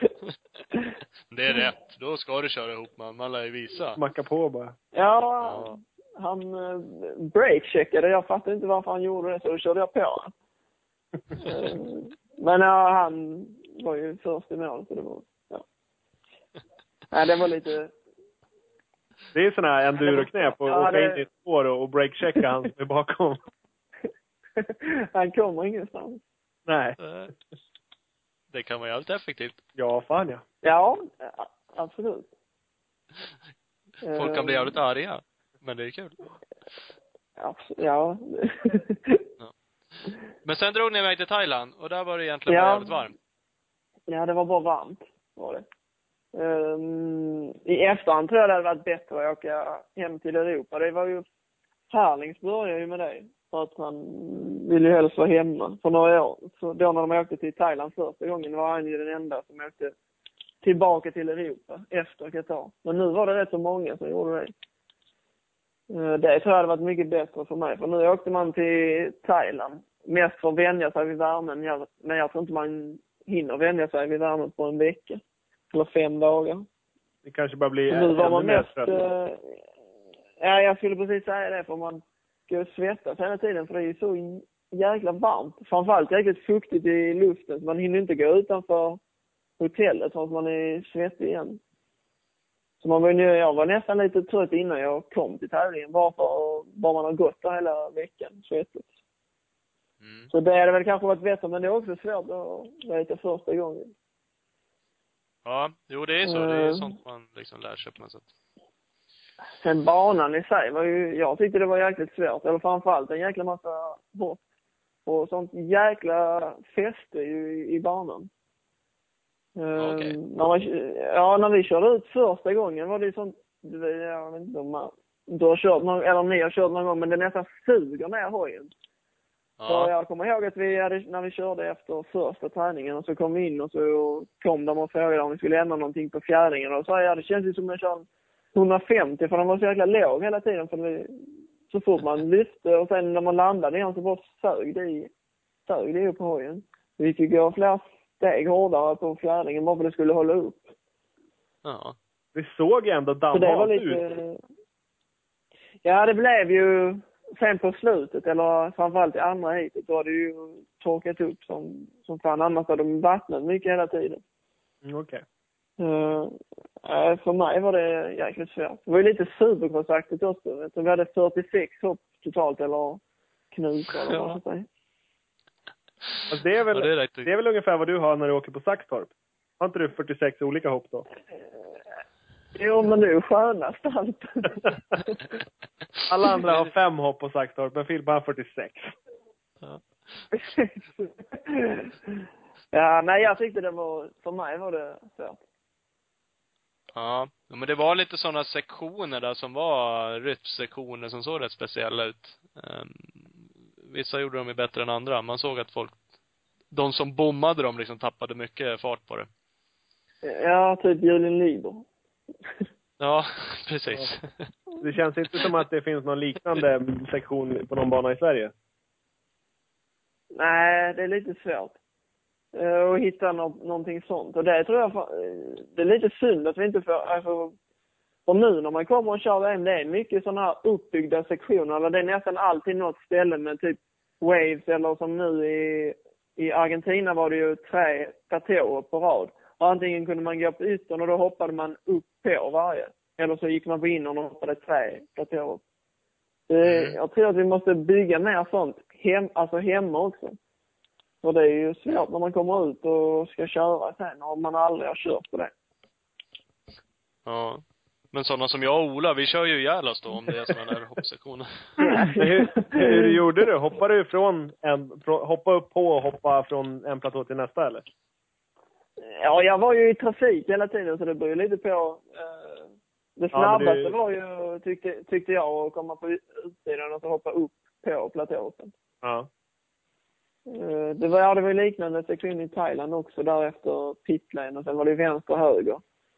Det är rätt. Då ska du köra ihop med man lär ju visa. Smacka på bara. Ja, ja. Han uh, breakcheckade. Jag fattade inte varför han gjorde det, så då körde jag på. uh, men ja, han var ju först i mål, så det var, ja. Nej, det var lite... Det är sån här enduro-knep och ja, åka det... in i ett spår och breakchecka han som är bakom. Han kommer ingenstans. Nej. Det kan vara jävligt effektivt. Ja, fan ja. Ja, absolut. Folk kan bli jävligt arga. Men det är kul. Absolut, ja. Ja. Men sen drog ni iväg till Thailand. Och där var det egentligen ja. jävligt varmt. Ja, det var bara varmt. Var det. Um, I efterhand tror jag det hade varit bättre att åka hem till Europa. Det var ju... Härlings började ju med det. För att han ville ju helst vara hemma för några år. Så då när de åkte till Thailand första gången var han ju den enda som åkte tillbaka till Europa efter Qatar. Men nu var det rätt så många som gjorde det. Det tror jag hade varit mycket bättre för mig. För nu åkte man till Thailand. Mest för att vänja sig vid värmen. Men jag tror inte man hinner vänja sig vid värmen på en vecka. Eller fem dagar. Det kanske bara blir... Nu var man mest... Äh, ja, jag skulle precis säga det. För man ska svettas hela tiden. För det är ju så jäkla varmt. Framförallt jäkligt fuktigt i luften. Så man hinner inte gå utanför hotellet. För att man är svettig igen. Så man var ju, jag var nästan lite trött innan jag kom till tävlingen. Bara för bara man har gått där hela veckan. Svettigt. Mm. Så det hade väl kanske varit bättre. Men det är också svårt att veta första gången. Ja, jo det är så. Det är sånt man liksom lär sig på något sätt. Sen banan i sig var ju, jag tyckte det var jäkligt svårt. Eller framförallt en jäkla massa bort. Och sånt jäkla fäste ju i, i banan. Ja, okay. Um, när man, ja, när vi körde ut första gången var det sånt, jag vet inte om man, du har kört någon, eller ni har kört någon gång, men det nästan suger ner hojen. Ja. Så jag kommer ihåg att vi hade, när vi körde efter första träningen, och så kom vi in och så kom de och frågade om vi skulle ändra någonting på fjädringen. Och så ja, det känns ju som att köra hundrafemtio, för den var så jäkla låg hela tiden. För vi, så fort man lyfte och sen när man landade igen så bara sög det i, sög det ju på hojen. Vi fick gå flera steg hårdare på fjädringen bara för att det skulle hålla upp. Ja. Vi såg ju ändå dammhalt lite... ut. Ja, det blev ju sen på slutet, eller framförallt i andra hitet, då hade det ju torkat upp som, som fan. Annars hade de vattnat mycket hela tiden. Mm, okej. Okay. Uh, för mig var det jäkligt svårt. Det var ju lite supercrossaktigt också. Så vi hade fyrtiosex hopp totalt, eller knus eller vad man ska säga. Alltså det, är väl, ja, det, är rätt. det är väl ungefär vad du har när du åker på Saxtorp. Har inte du fyrtiosex olika hopp då? Jo, men det är ju skönast allt. Alla andra har fem hopp på Saxtorp, men Phil bara fyrtiosex. Ja. Ja, nej, jag tyckte det var, för mig var det svårt. Ja, men det var lite sådana sektioner där som var rytmsektioner som såg rätt speciella ut. Um, vissa gjorde dem ju bättre än andra. Man såg att folk, de som bommade dem liksom tappade mycket fart på det. Ja, typ Julian Liber. Ja, precis. Ja. Det känns inte som att det finns någon liknande sektion på någon bana i Sverige. Nej, det är lite svårt att hitta no- någonting sånt. Och det tror jag, det är lite synd att vi inte får, alltså, och nu när man kommer och kör V M, det är mycket sådana här uppbyggda sektioner, eller det är nästan alltid något ställe med typ waves, eller som nu i, i Argentina var det ju tre platåer på rad. Och antingen kunde man gå på yttern och då hoppade man upp på varje. Eller så gick man på innern och hoppade tre platåer. Mm. Jag tror att vi måste bygga mer sånt hem, alltså hemma också. För det är ju svårt när man kommer ut och ska köra sen, om man aldrig har kört på det. Ja. Men sådana som jag och Ola, vi kör ju ihjäl oss då om det är sådana där hoppsektioner. hur, hur gjorde du? Hoppade du från en, från, hoppa upp på och hoppa från en platå till nästa, eller? Ja, jag var ju i trafik hela tiden, så det beror ju lite på. Eh, det snabbaste ja, det... var ju, tyckte, tyckte jag, att komma på utsidan och så hoppa upp på platåsen. Ja. Eh, det var, ja, det var liknande sektion i Thailand också, därefter pitlane, och sen var det vänster och höger.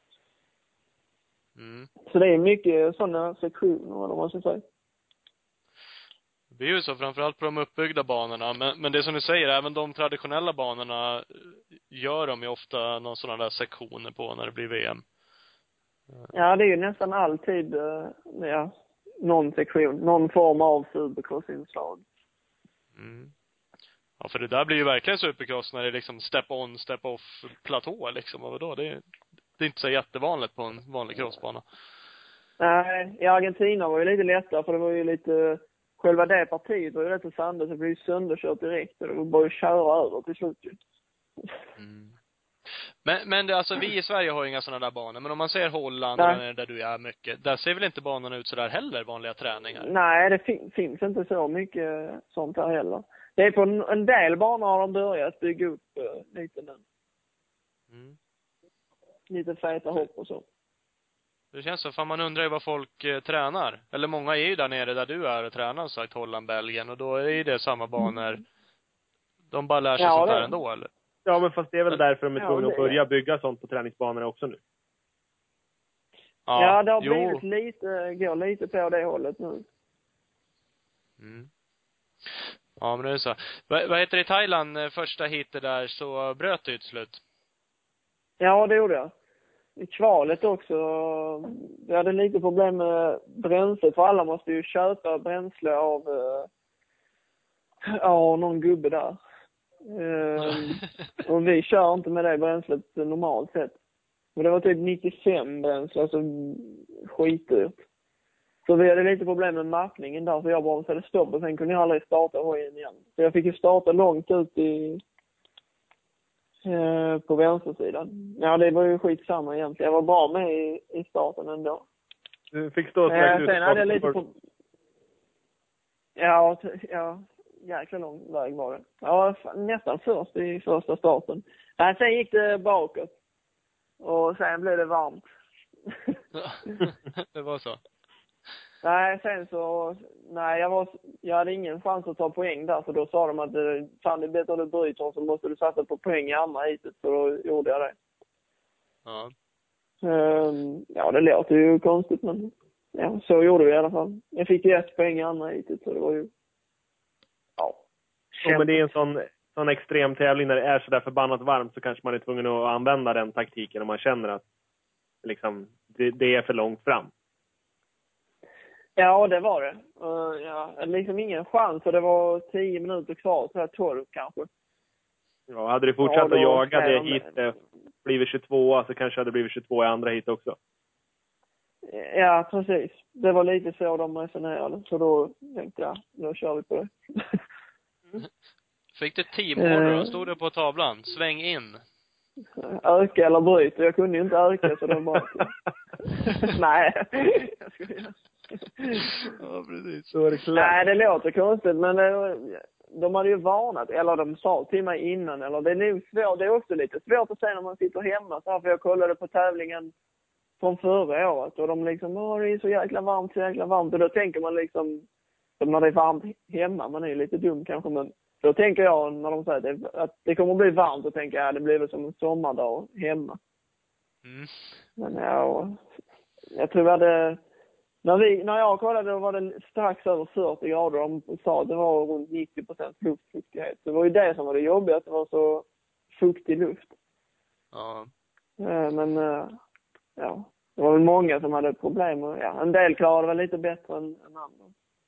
Mm. Så det är mycket sådana sektioner, eller vad man ska säga. Det blir ju så, framförallt på de uppbyggda banorna. Men, men det som du säger, även de traditionella banorna gör de ju ofta någon sådana där sektioner på när det blir V M. Ja, det är ju nästan alltid ja, någon sektion, någon form av supercross-inslag. Mm. Ja, för det där blir ju verkligen supercross när det är liksom step on, step off platå liksom. Och vadå? Det är, det är inte så jättevanligt på en vanlig crossbana. Nej, i Argentina var det lite lättare, för det var ju lite, själva det partiet var ju rätt så sandigt, så det blev ju sönderkört direkt och det var bara att köra över till slut. Mm. Men, men det, alltså vi i Sverige har ju inga sådana där banor. Men om man ser Holland, eller där du är mycket, där ser väl inte banorna ut så där heller, vanliga träningar? Nej, det fin- finns inte så mycket sånt här heller. Det är på en, en del banor har de börjat bygga upp uh, lite nu. Mm. Lite feta hopp och så. Det känns så, fan man undrar ju vad folk eh, tränar. Eller många är ju där nere där du är och tränar, sagt Holland, Belgien. Och då är ju det samma banor. De bara lär sig ja, sånt där det... ändå, eller? Ja, men fast det är väl därför de är tvungna ja, att börja bygga sånt på träningsbanorna också nu. Ja, ja det har jo. blivit lite, går lite på det hållet nu. Mm. Ja, men det är så. Vad, vad heter det i Thailand, första hitet där, så bröt det ut slut? Ja, det gjorde jag. I kvalet också. Vi hade lite problem med bränsle, för alla måste ju köpa bränsle av ja, någon gubbe där. Um, och vi kör inte med det bränslet normalt sett. Men det var typ nittiofem bränsle, alltså skitdyrt. Så vi hade lite problem med mappningen där, så jag bromsade stopp och sen kunde jag aldrig starta hojen igen. Så jag fick ju starta långt ut i eh, på vänstersidan. Ja, det var ju skitsamma egentligen. Jag var bra med i, i starten ändå. Du fick stå men, sen hade jag lite på... Ja, ja, jäkla lång väg var det. Ja, nästan först i första starten. Nej, sen gick det bakåt. Och sen blev det varmt. Det var så. Nej, sen så... Nej, jag, var, jag hade ingen chans att ta poäng där. Så då sa de att det, fan, det är bättre att du bryter så måste du satsa på poäng i andra hitet. Så då gjorde jag det. Ja. Um, ja, det låter ju konstigt, men ja, så gjorde vi i alla fall. Jag fick ju ett poäng i andra hitet, så det var ju... Ja. Oh, men det är en sån, sån extrem tävling när det är så där förbannat varmt, så kanske man är tvungen att använda den taktiken om man känner att liksom, det, det är för långt fram. Ja, det var det. Uh, ja, liksom ingen chans, och det var tio minuter kvar, så här tolv kanske. Ja, hade du fortsatt ja, att jaga det de... hit, blivit tjugotvå, så kanske hade det blivit tjugotvå i andra hit också. Ja, precis. Det var lite så de resonerade, så då tänkte jag, då kör vi på det. Fick du teamorder då? Stod det på tavlan? Sväng in. Öka eller bryt. Jag kunde ju inte öka, så det var bara... Nej, jag skulle... Ja, precis. Så var det klart. Nej, det låter konstigt, men det, de hade ju varnat, eller de sa till mig innan, eller det är nog svårt, det är också lite svårt att säga när man sitter hemma, så här, för jag kollade på tävlingen från förra året, och de liksom, åh, det är så jäkla varmt, så jäkla varmt, och då tänker man liksom, som när det är varmt hemma, man är ju lite dum kanske, men då tänker jag, när de säger det, att det kommer att bli varmt, och tänker jag, det blir väl som en sommardag hemma. Mm. Men ja, jag tror att det, när, vi, när jag kollade, då var det strax över fyrtio grader. De sa att det var runt nittio procent luftfuktighet. Det var ju det som var det jobbiga, att det var så fuktig luft. Ja. Men ja, det var väl många som hade problem. Och, ja, en del klarade väl lite bättre än, än andra.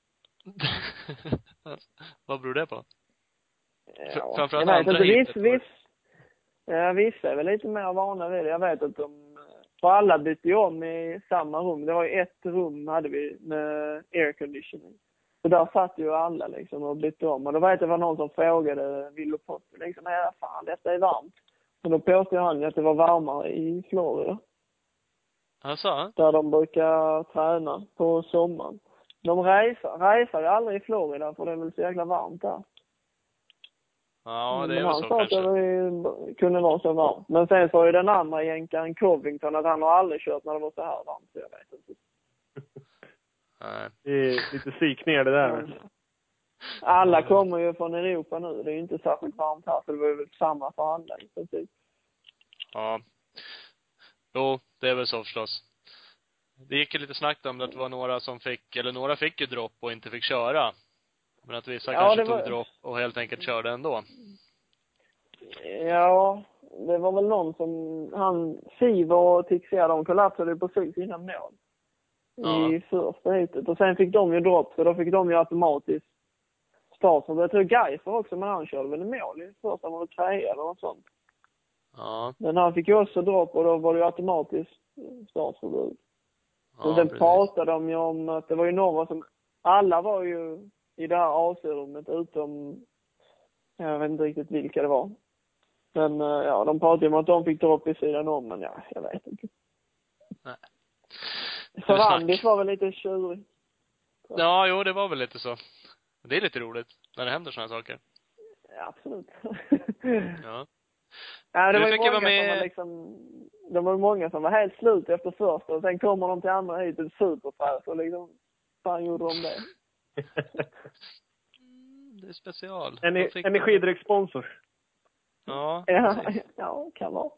Vad beror det på? Ja, framförallt jag vet andra inte, hitet. viss, viss, ja, vissa är väl lite mer vana vid det. Jag vet att de, för alla bytte ju om i samma rum. Det var ju ett rum hade vi med air conditioning. Så där satt ju alla liksom och bytte om. Och då vet jag, det var någon som frågade Willow Potter liksom, ja fan, detta är varmt. Och då påstod han att det var varmare i Florida. Alltså? Där de brukar träna på sommaren. De reser, reser ju aldrig i Florida, för det är väl så jäkla varmt där. Ja, det är väl så kanske. Men han sa att det kunde vara så varmt. Men sen så är den andra jänkaren Covington att han har aldrig kört när det var så här varmt, så jag vet inte. Nej. Det är lite psykningar det där. Men... Alla kommer ju från Europa nu. Det är ju inte särskilt varmt här, så det var ju samma för alla i princip. Ja. Jo, det är väl så förstås. Det gick ju lite snackt om att det var några som fick, eller några fick ju dropp och inte fick köra. Men att vissa ja, kanske var... tog dropp och helt enkelt körde ändå. Ja, det var väl någon som, han, Siver och Tixia, de kollapsade precis innan mål. Ja. I första hitet. Och sen fick de ju dropp, så då fick de ju automatiskt start. Jag tror Geifer också, men han körde väl i mål i första, var det tre eller något sånt. Ja. Men han fick ju också dropp, och då var det ju automatiskt startförbud. Ja, och sen precis. Pratade de ju om att det var ju några som, alla var ju i det här A C-rummet utom, jag vet inte riktigt vilka det var. Men ja, de pratade om att de fick dropp i sidan om, men ja, jag vet inte. Nej. För Andis var väl lite tjurig. Ja, jo, det var väl lite så. Det är lite roligt när det händer såna här saker. Ja, absolut. Ja. Ja, det du var ju många med... som var liksom, det var många som var helt slut efter första, och sen kommer de till andra hit en superfräs, och liksom, fan gjorde de det? Mm, det är special. En energidryckssponsor. Ja, ja, ja, kan vara.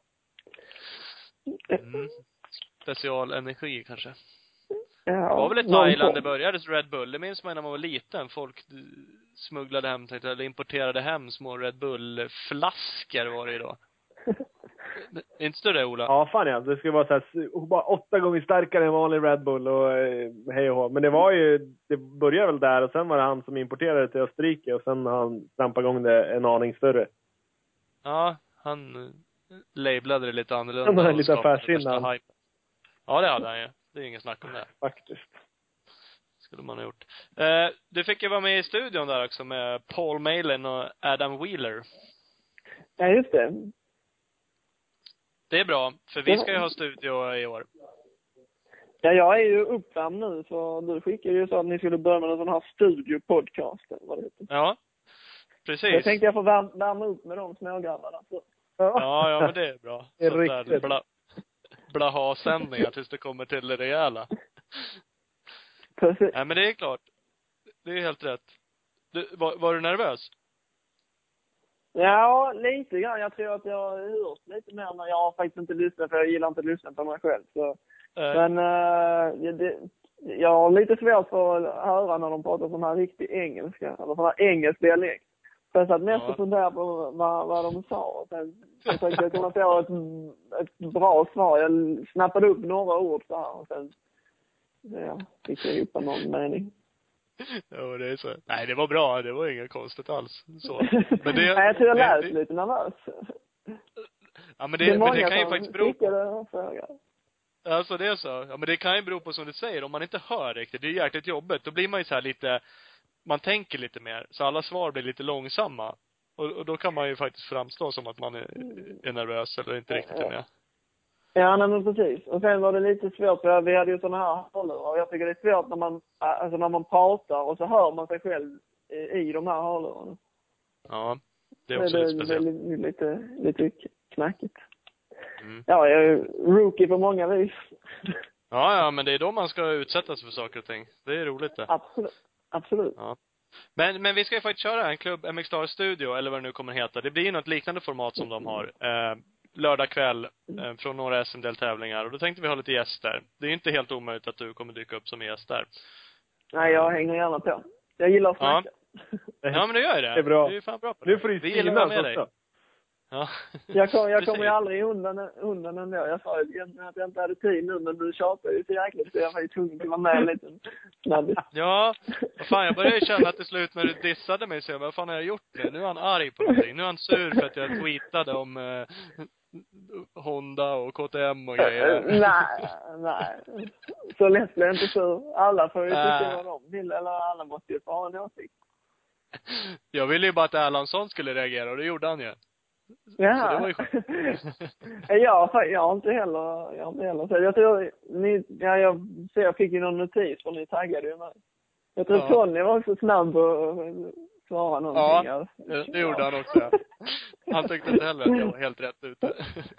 Mm. Special energi kanske. Ja, det var väl i Thailand det började Red Bull. Det minns man när man var liten. Folk smugglade hem, eller importerade hem små Red Bull-flaskor var det ju då. Är inte så det, Ola? Ja, fan ja. Det skulle vara så här, bara åtta gånger starkare än vanlig Red Bull och eh, hej och hå. Men det var ju, det började väl där, och sen var det han som importerade till Österrike, och sen har han trampat igång det en aning större. Ja, han labelade det lite annorlunda. Han var lite affärsinnan. Ja, det hade han ju. Det är inget snack om det. Faktiskt. Skulle man ha gjort. Eh, du fick ju vara med i studion där också med Paul Malin och Adam Wheeler. Ja, just det. Det är bra, för vi ska ju ha studio i år. Ja, jag är ju uppvärmd nu, så du skickade ju så att ni skulle börja med en sån här studio-podcast. Vad det heter. Ja, precis. Jag tänkte jag får värma, värma upp med de smågrabbarna. Så. Ja, ja, men det är bra. Det är Så där riktigt. bla, blaha-sändningar tills det kommer till det rejäla. Precis. Nej, men det är klart. Det är helt rätt. Du, var, var du nervös? Ja, lite grann. Jag tror att jag har hört lite mer, men jag har faktiskt inte lyssnat, för jag gillar inte att lyssna på mig själv. Så. Äh. Men uh, det, jag har lite svårt för att höra när de pratar sån här riktig engelska, eller sån här engelsk dialekt. Så jag satt mest och Ja. funderade på vad, vad de sa. Och sen försökte jag kunna få ett, ett bra svar. Jag snappade upp några ord så här och sen ja, fick jag ihop någon mening. Ja, det är så. Nej, det var bra. Det var inget konstigt alls. Så. Men det, Nej, jag tror jag det, lät det, lite nervös. Ja, men det, det, är men det kan ju faktiskt bero på... Alltså det är så. Ja, men det kan ju bero på, som du säger, om man inte hör riktigt. Det är jäkligt jobbigt. Då blir man ju så här lite... Man tänker lite mer. Så alla svar blir lite långsamma. Och, och då kan man ju faktiskt framstå som att man är, är nervös eller inte riktigt är med. Ja, nej, men precis. Och sen var det lite svårt, för vi hade ju sådana här hörlurar. Och jag tycker det är svårt när man, alltså när man pratar och så hör man sig själv i, i de här hörlurarna. Ja, det är också det, lite speciellt. Det är lite, lite knackigt. Mm. Ja, jag är rookie på många vis. Ja, ja, men det är då man ska utsättas för saker och ting. Det är roligt det. Absolut. Absolut. Ja. Men, men vi ska ju faktiskt köra en klubb M X Star Studio, eller vad det nu kommer heta. Det blir ju något liknande format som de har. Eh, lördag kväll eh, från några S M-deltävlingar. Och då tänkte vi ha lite gäster. Det är ju inte helt omöjligt att du kommer dyka upp som gäst där. Nej, jag hänger gärna på. Jag gillar att snacka. Ja, ja men det gör ju det. Det är bra. Du är ju fan bra på det. Nu får du vi gillar med också. dig. Ja. Jag, kom, jag kommer ju aldrig undan, undan ändå. Jag sa ju att jag inte hade tid nu, men du tjatar ju så jäkligt så jag var ju tvungen att vara med en liten snabbis. Ja, vad fan, jag började ju känna till slut när du dissade mig så jag, vad fan har jag gjort nu? Nu är han arg på någonting. Nu är han sur för att jag tweetade om eh, Honda och K T M och grejer. nej, nej. Så lätt blir jag inte sur. Alla får ju tycka vad de vill, eller alla måste ju få ha en åsikt. Jag ville ju bara att Erlandsson skulle reagera och det gjorde han ju. Ja. Så det var ju skönt. ja, jag har inte heller, jag har inte heller. Så jag tror, ni, ja, jag ser, jag fick ju någon notis för ni taggade ju mig. Jag tror ja. Tony var också snabb och svara någonting. Ja, det, det gjorde han också. Ja. Han tyckte inte heller att jag var helt rätt ute.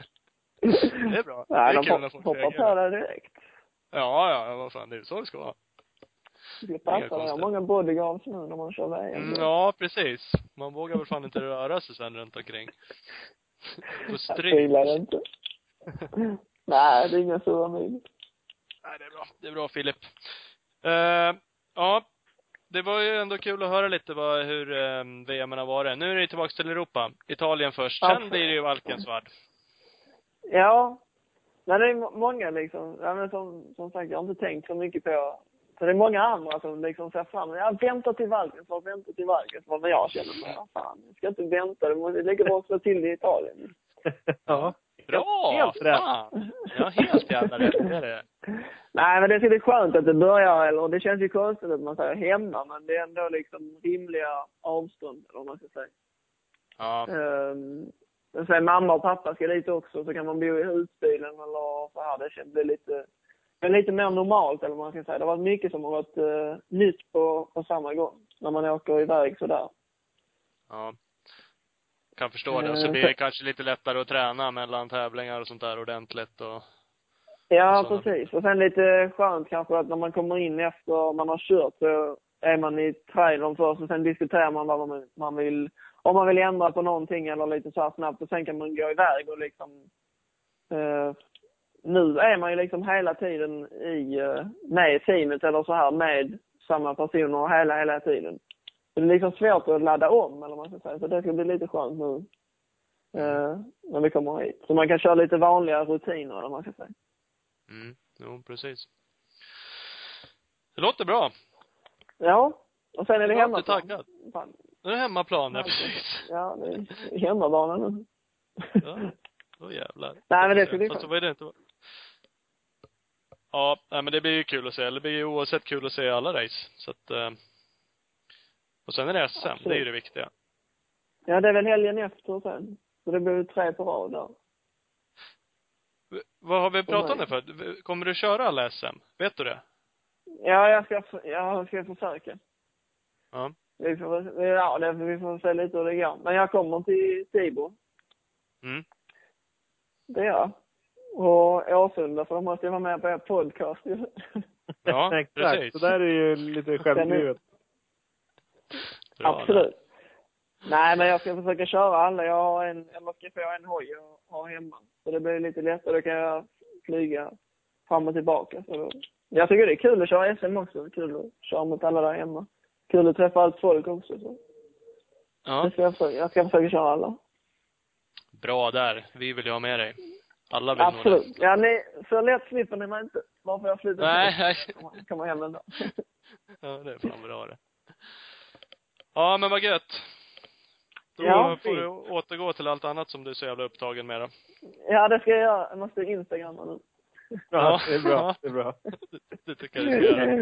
Det är bra. Nej, det är de kul när folk hoppar på det direkt. Ja, ja, vad fan, det är så det ska vara. Det passar, jag har många bodyguards nu när man kör vägen. Mm, ja, precis. Man vågar väl fan inte röra sig sen runt omkring. Jag gillar inte. Nej, det är inga stora mil. Nej, det är bra. Det är bra, Filip. Uh, ja, det var ju ändå kul att höra lite vad, hur um, V M har varit. Nu är det tillbaka till Europa. Italien först. Sen Absolut. blir det ju Valkensvärd. Ja. Nej, det är många liksom. Ja, men som, som sagt, jag har inte tänkt så mycket på. Så det är många andra som liksom ser fram. Jag väntar till Valkensvärd, väntar till Valkensvärd. Men jag känner mig, ja, fan, jag ska inte vänta. Det måste lägga bort slå till i Italien. Ja. Bra! Helt fan. Ja, helt jävla rätt. Det är det. Nej, men det är skönt att det börjar, eller det känns ju konstigt att man säger hemma, men det är ändå liksom rimliga avstånd, eller vad man ska säga. Ja. Um, sen mamma och pappa ska dit också, så kan man bo i husbilen eller så här. Det känns det lite, men lite mer normalt, eller vad man ska säga. Det har varit mycket som har varit uh, nytt på, på samma gång, när man åker iväg sådär. Ja. Kan förstå det. Och så blir det kanske lite lättare att träna mellan tävlingar och sånt där ordentligt. Och, ja, och precis. Och sen lite skönt kanske att när man kommer in efter man har kört så är man i trailern först och sen diskuterar man vad man, man vill, om man vill ändra på någonting eller lite så här snabbt, och sen kan man gå iväg och liksom eh, nu är man ju liksom hela tiden i eh, med teamet eller så här med samma personer hela, hela tiden. Så det är liksom svårt att ladda om, eller man ska säga. Så det ska bli lite skönt nu eh, när vi kommer hit. Så man kan köra lite vanliga rutiner, eller man ska säga. Mm, jo, precis. Det låter bra. Ja, och sen är det hemmaplan. Taggad. Nu är det hemmaplan, ja, precis. Ja, det är hemmabanan nu. Ja, då jävlar. Nej, men det skulle bli fast så var det inte. Ja, nej, men det blir ju kul att se. Det blir ju oavsett kul att se alla race. Så att, eh... och sen är det S M, absolut. Det är ju det viktiga. Ja, det är väl helgen efter sen. Så det blir ju tre på rad där. V- vad har vi pratat om det för? Kommer du köra alla S M? Vet du det? Ja, jag ska, jag ska försöka. Ja. vi får, ja, det, vi får se lite hur det går. Men jag kommer till Tibro. Mm. Det är jag. Och Åsunda, för de måste ju vara med på er podcast. Ja, Exakt, precis. så där är ju lite självskrivet. Bra Absolut. där. Nej, men jag ska försöka köra alla. Jag har en, eller ska få en hoj och ha hemma. Så det blir lite lättare. Då kan jag flyga fram och tillbaka. Så då, jag tycker det är kul att köra S M också. Kul att köra mot alla där hemma. Kul att träffa allt folk också. Så. Ja, Det ska jag, försöka, jag ska försöka köra alla. bra där. Vi vill ju ha med dig. Alla vill Absolut. nog det. Ja, ni, så lätt slipper ni mig inte. Varför jag flyttar Nej, nej. Kommer, kommer hem ändå. Ja, det är fan bra det. Ja, men vad gött. Då Ja, får du återgå till allt annat som du är så jävla upptagen med då. Ja, det ska jag göra. Jag måste Instagramma nu. Ja, det är bra. Det är bra. Det, det tycker jag du ska göra.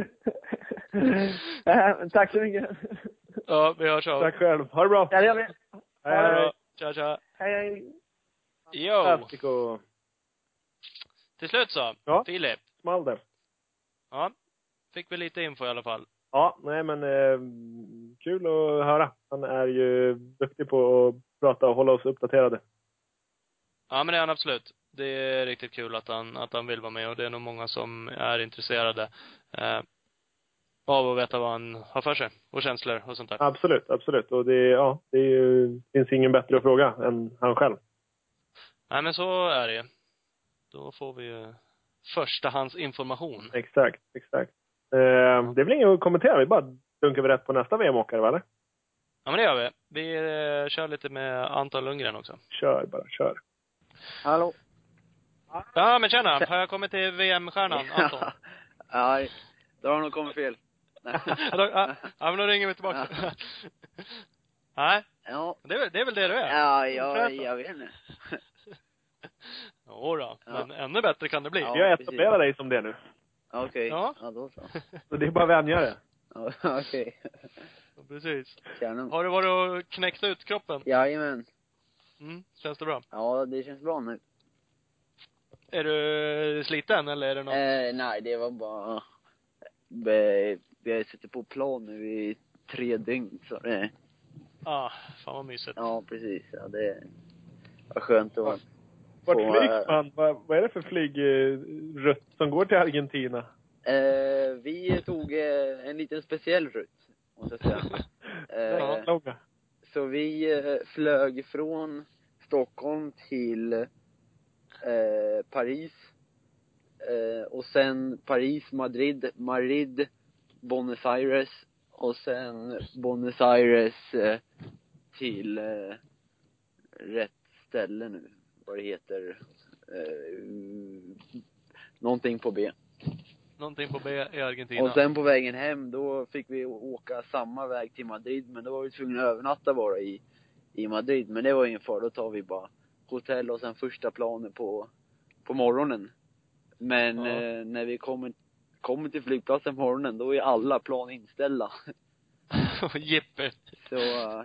Ja, tack så mycket. Ja, vi hörs av. Tack själv. Ha det bra. Ja, det gör vi. Hej, Ha det hej. bra. Tja, tja. Hej, hej. Jo. Klassiko. Till slut så. Ja. Filip. Small det. Ja. Fick vi lite info i alla fall. Ja, nej men eh, kul att höra. Han är ju duktig på att prata och hålla oss uppdaterade. Ja, men det är han absolut. Det är riktigt kul att han, att han vill vara med och det är nog många som är intresserade eh, av att veta vad han har för sig och känslor och sånt där. Absolut, absolut. Och det, ja, det är ju, finns ingen bättre att fråga än han själv. Nej, men så är det. Då får vi ju förstahands information. Exakt, exakt. Eh, det är väl inget att kommentera. Vi bara dunkar vi rätt på nästa V M-åkare, eller? Ja, men det gör vi. Vi eh, kör lite med Anton Lundgren också. Kör bara, kör. Hallå? Ja, men tjena. Har jag kommit till V M-stjärnan, Anton? Nej, då har jag nog kommit fel. Nej. ja, då, ja, ja, men då ringer vi tillbaka. Nej, Ja. det är, väl, det är väl det du är. Ja, jag, jag vet inte. Jo då, Ja. men ännu bättre kan det bli. Ja. Vi har etablerat dig som det nu. Okej. Okay. Ja. Ja, då så. Så det är bara vänja det. Ja, okej. Okay. Ja, precis. Kanon. Har du varit och knäckt ut kroppen? Jajamän. Mm, känns det bra? Ja, det känns bra nu. Är du sliten eller är det något? Eh, nej, det var bara... Be, vi sitter på plan nu i tre dygn, så det... Ah, fan vad mysigt. Ja, precis. Ja, det var skönt att vara... Vart få, flygs äh, man? Vad, vad är det för flygrutt som går till Argentina? Eh, vi tog eh, en liten speciell rutt, måste jag säga. Ja, Eh, långa. så vi eh, flög från Stockholm till eh, Paris. Eh, och sen Paris, Madrid, Madrid, Buenos Aires. Och sen Buenos Aires eh, till eh, rätt ställe nu. Vad det heter. Eh, någonting på B. Någonting på B i Argentina. Och sen på vägen hem, då fick vi åka samma väg till Madrid. Men då var vi tvungna att övernatta bara i, i Madrid. Men det var ingen fara, då tar vi bara hotell och sen första planen på, på morgonen. Men Ja. eh, när vi kommer, kommer till flygplatsen på morgonen, då är alla plan inställda. Jippe. Så, uh,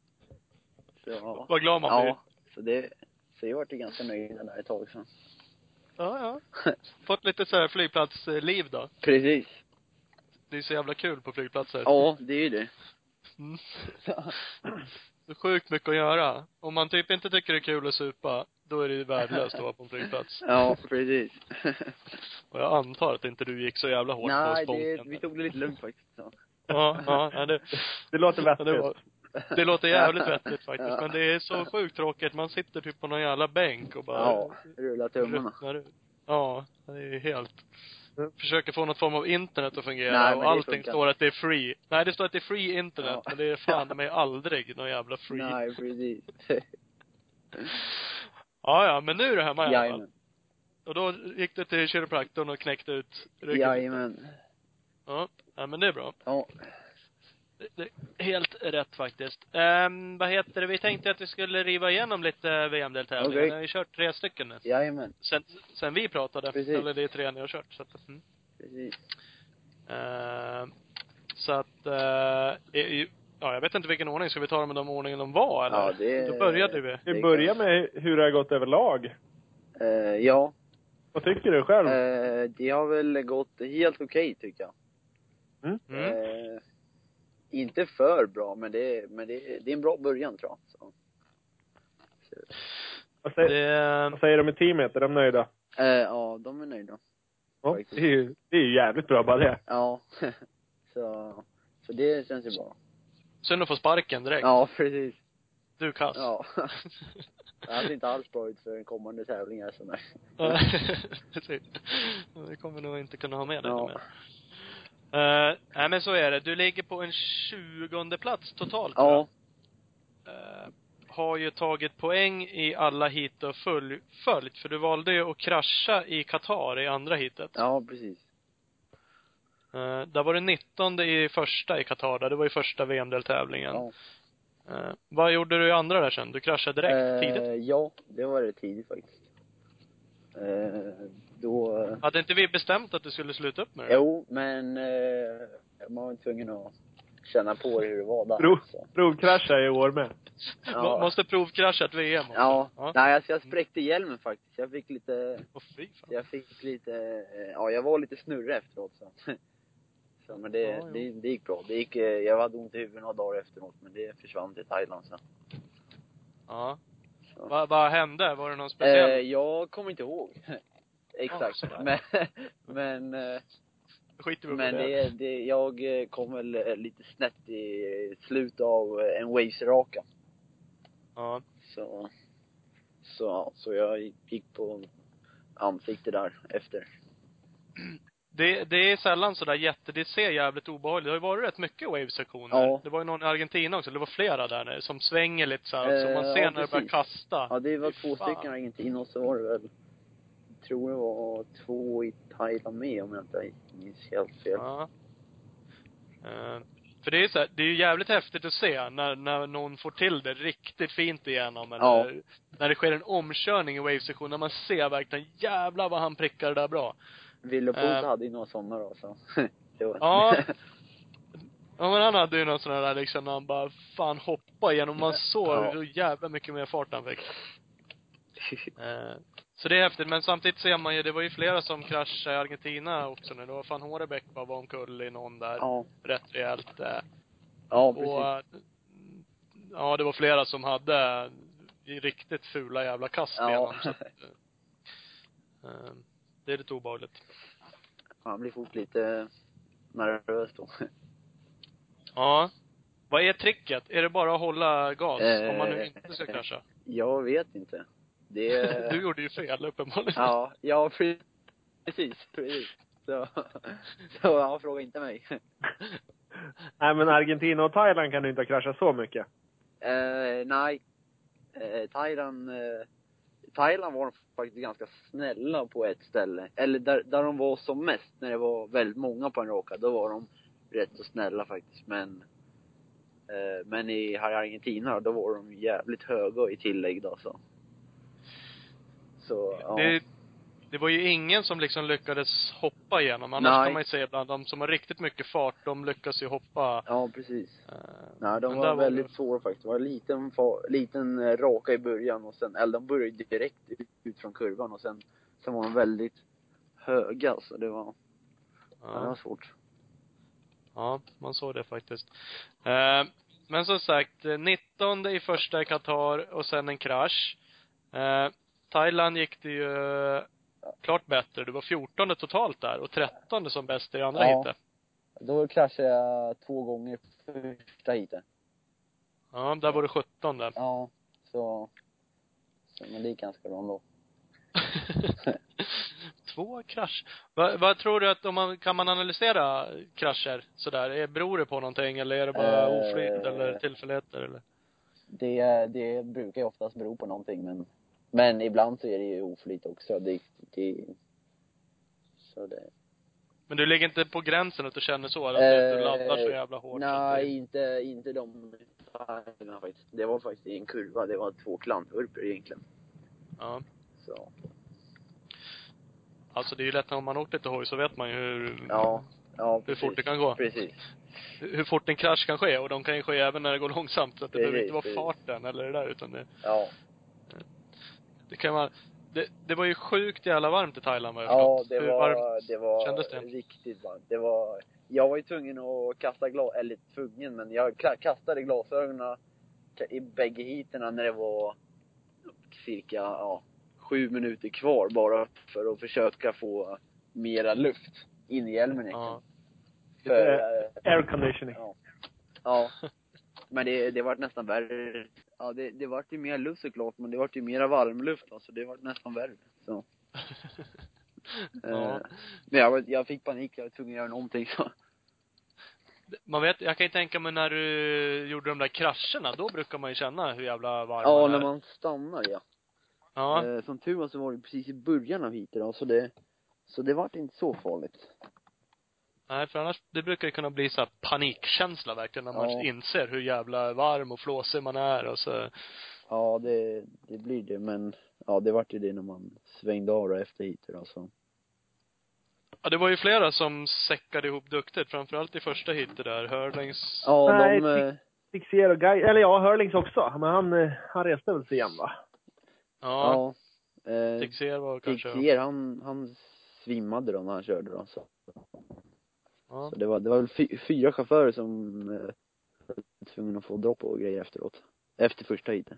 så ja. Vad glad man blir. Ja, så det, så jag var till ganska nöjd där ett tag sedan. Ja, ja. Fått lite så här flygplatsliv då. Precis. Det är så jävla kul på flygplatser. Ja, det är ju det. Mm. Det är sjukt mycket att göra. Om man typ inte tycker det är kul att supa, då är det ju värdelöst att vara på en flygplats. Ja, precis. Och jag antar att inte du gick så jävla hårt Nej, på det, spången. vi tog det lite lugnt faktiskt. Så. Ja, ja, ja, det, Det låter ja, det, vettigt. var, det låter jävligt vettigt faktiskt. Ja. Men det är så sjukt tråkigt. Man sitter typ på någon jävla bänk och bara Ja, rulla tummarna. ruttnar ut. Ja, det är helt... Försöker få något form av internet att fungera. Nej, men och det allting funkar. står att det är free. Nej, det står att det är free internet. Ja. Men det är fan de är aldrig någon jävla free. Nej, precis. Ja, ja, men nu är det hemma i alla fall. Jajamän. Och då gick du till kiropraktorn och knäckte ut ryggen. Jajamän. Ja, ja, men det är bra. Ja. Det, det är helt rätt faktiskt. Um, vad heter det? Vi tänkte att vi skulle riva igenom lite V M-deltävlingar. Okej. Vi har ju kört tre stycken nu. Jajamän. Sen, sen vi pratade. Precis. Eller det är tre ni har kört. Så att, mm. Precis. uh, så att, uh, är, ja, jag vet inte vilken ordning. Ska vi ta dem i de ordningen de var, eller? Ja, det... Då började vi. Vi börjar med hur det har gått överlag. Eh, ja. Vad tycker du själv? Eh, det har väl gått helt okej, tycker jag. Mm. Mm. Eh, inte för bra, men det är, men det är, det är en bra början tror jag. Så. Vad säger, Det, vad säger de i teamet? Är de nöjda? Eh, ja, de är nöjda. Ja, det är ju, det är ju jävligt bra bara det. Ja. så, så det känns ju bra. synd att få sparken direkt. Ja, precis. Du kass. Ja. Det ser inte alls bra ut för en kommande tävling här så nej. Vi kommer nog inte kunna ha med dig Ja. mer. Uh, nej men så är det. Du ligger på en tjugonde plats totalt. Ja. Uh, har ju tagit poäng i alla hit och full, följt. För du valde ju att krascha i Qatar i andra hitet. Ja, precis. Uh, där var det nittonde i första i Qatar. Där. Det var ju första V M-deltävlingen. Ja. Uh, vad gjorde du i andra där sen? Du kraschade direkt, eh, tidigt? Ja, det var det tidigt faktiskt. Eh, då... Hade inte vi bestämt att du skulle sluta upp med det? Jo, men eh, man var tvungen att känna på hur det var där. Prov, så. provkrascha i år med. Ja. Måste provkrascha ett V M också. Ja. ja. Nej, alltså jag spräckte hjälmen faktiskt. Jag fick lite... Åh, fy fan. Jag fick lite... eh, Ja, jag var lite snurrig efteråt så. Så men det, Ja, det, det gick bra. Det gick, eh, jag hade ont i huvudet några dagar efteråt, men det försvann till Thailand så. Ja. så. Vad vad hände? Var det någon speciell? Eh, jag kommer inte ihåg. Exakt. Ja, men, men, eh, Skiter vi på men det. det, det, jag eh, kom väl eh, lite snett i slutet av eh, en Waves-raka. Ja. Så, så, ja, så jag gick på ansikte där efter. Det, det är sällan sådär jätte, det ser jävligt obehagligt. Det har ju varit rätt mycket wave-sektioner. Ja. Det var ju någon i Argentina också, det var flera där nu, som svänger lite så här, Eh, som man ser ja, när det börjar precis. kasta. Ja, det var Fy två fan. stycken i Argentina och så var det väl, jag tror det var två i Thailand med om jag inte minns helt fel. Ja. Uh, för det är så här, det är ju jävligt häftigt att se när, när någon får till det riktigt fint igenom. Eller Ja. när det sker en omkörning i wave-sektion, när man ser verkligen, jävlar vad han prickar det där bra. Ville Puta Eh. hade ju några sådana då, så. det var... Ja. Ja, men han hade ju någon sån där liksom, när han bara fan hoppa igenom. Man såg Ja. hur jävla mycket mer fart han fick. Eh, så det är häftigt, men samtidigt ser man ju, det var ju flera som kraschade i Argentina också nu. Det var fan Hårebäck bara var omkull i någon där. Ja. Rätt rejält. Eh, Ja, precis. och, eh, ja, det var flera som hade riktigt fula jävla kast Ja. igenom. Så att, eh, det är lite obehagligt. Han blir fort lite nervös då. Ja. Vad är tricket? Är det bara att hålla gas Eh, om man nu inte ska krascha? Jag vet inte. Det... Du gjorde ju fel uppenbarligen. Ja, ja, precis, precis. Så, så ja, fråga inte mig. Nej, men Argentina och Thailand kan du inte ha kraschat så mycket. Eh, nej. Eh, Thailand, eh, Thailand var de faktiskt ganska snälla på ett ställe. Eller där, där de var som mest, när det var väldigt många på en raka, då var de rätt så snälla faktiskt. Men, eh, men i här i Argentina, då var de jävligt höga i tillägg då, så. Så, ja. Det, det var ju ingen som liksom lyckades hoppa igenom. Annars Nej. kan man ju säga ibland, de som har riktigt mycket fart, de lyckas ju hoppa. Ja, precis. Uh, Nej, de var väldigt var... svåra faktiskt. Det var en liten, liten uh, raka i början och sen, eller de började direkt ut, ut från kurvan och sen, sen var de väldigt höga, så det var, ja. Ja, det var svårt. Ja, man såg det faktiskt. Uh, men som sagt, nittonde i första i Qatar och sen en krasch. Uh, Thailand gick det ju uh, klart bättre. Du var fjortonde totalt där och trettonde som bäst i andra ja. hitet. Då kraschade jag två gånger första hitet. Ja, där var du sjuttonde. Ja, så, så men det gick ganska bra ändå. Två krasch. Vad, vad tror du att om man, kan man analysera krascher sådär? Är, beror det på någonting eller är det bara eh, oflyt eller tillfälligheter eller? Det, det brukar ju oftast bero på någonting, men, men ibland så är det ju oflyt också. Det, det, så det. Men du ligger inte på gränsen att du känner så? Att Eh, du laddar så jävla hårt? Nej, det... inte, inte de faktiskt. Det var faktiskt i en kurva. Det var två klantvurper egentligen. Ja. Så. Alltså det är ju lätt när man åkt lite hoj så vet man ju hur, Ja, ja, hur fort det kan gå. Precis. Hur fort en krasch kan ske. Och de kan ju ske även när det går långsamt. Så att det precis, behöver inte vara precis. farten eller det där. Utan det, Ja. det kan vara... Det, det var ju sjukt jävla varmt i Thailand, vad jag Ja, förstått. det hur var, varmt det var kändes det? riktigt varmt. Det var jag var ju tvungen att kasta glas, eller tvungen, men jag kastade glasögonen i bägge hiterna när det var cirka, ja, sju minuter kvar, bara för att försöka få mera luft in i hjälmen egentligen. Ja. För, äh, air conditioning. Ja. Ja. Men det, det var nästan värre. Ja, det, det var ju mer luft såklart, men det var ju mera varmluft, så alltså, det var nästan värre. Så. Ja. Uh, men jag, jag fick panik, jag var tvungen att göra någonting så. Man vet, jag kan ju tänka mig när du gjorde de där krascherna, då brukar man ju känna hur jävla varm Ja, man är. när man stannar, ja. Ja. Uh, som tur var så var det precis i början av hiten då, så det, så det var inte så farligt. Nej, för annars, det brukar ju kunna bli så här panikkänsla verkligen när man Ja. inser hur jävla varm och flåsig man är och så. Ja, det, det blir det, men ja, det var ju det när man svängde av efter hiten alltså. Ja, det var ju flera som säckade ihop duktigt, framförallt i första hitet där, Hörlings. Ja, Nej, de... Tix- Tixier och Guy, eller ja, Hörlings också, men han, eh, han reste väl sig igen, va? Ja, ja eh, Tixier var kanske. Tixier, han, han svimmade då när han körde då, så. Ja. Så det var, det var väl fy, fyra chaufförer som eh, var tvungna att få dropp och grejer efteråt. Efter första hiten.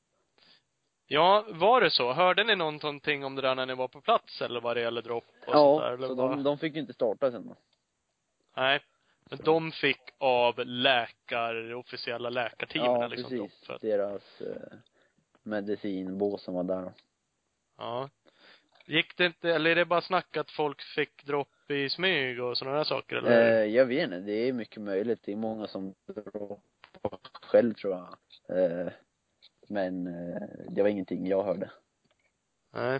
Ja, var det så? Hörde ni någonting om det där när ni var på plats, eller vad det gäller dropp och Ja, sånt där? Eller så vad? de, de fick ju inte starta sen då. Nej, men de fick av läkar, officiella läkarteamen, Ja, liksom precis. dropp för att... Deras eh, medicinbås som var där. Ja. Gick det inte, eller är det bara snack att folk fick dropp i smyg och sådana där saker, eller? Eh, jag vet inte, det är mycket möjligt. Det är många som droppar själv, tror jag. Eh, men eh, det var ingenting jag hörde. Nej.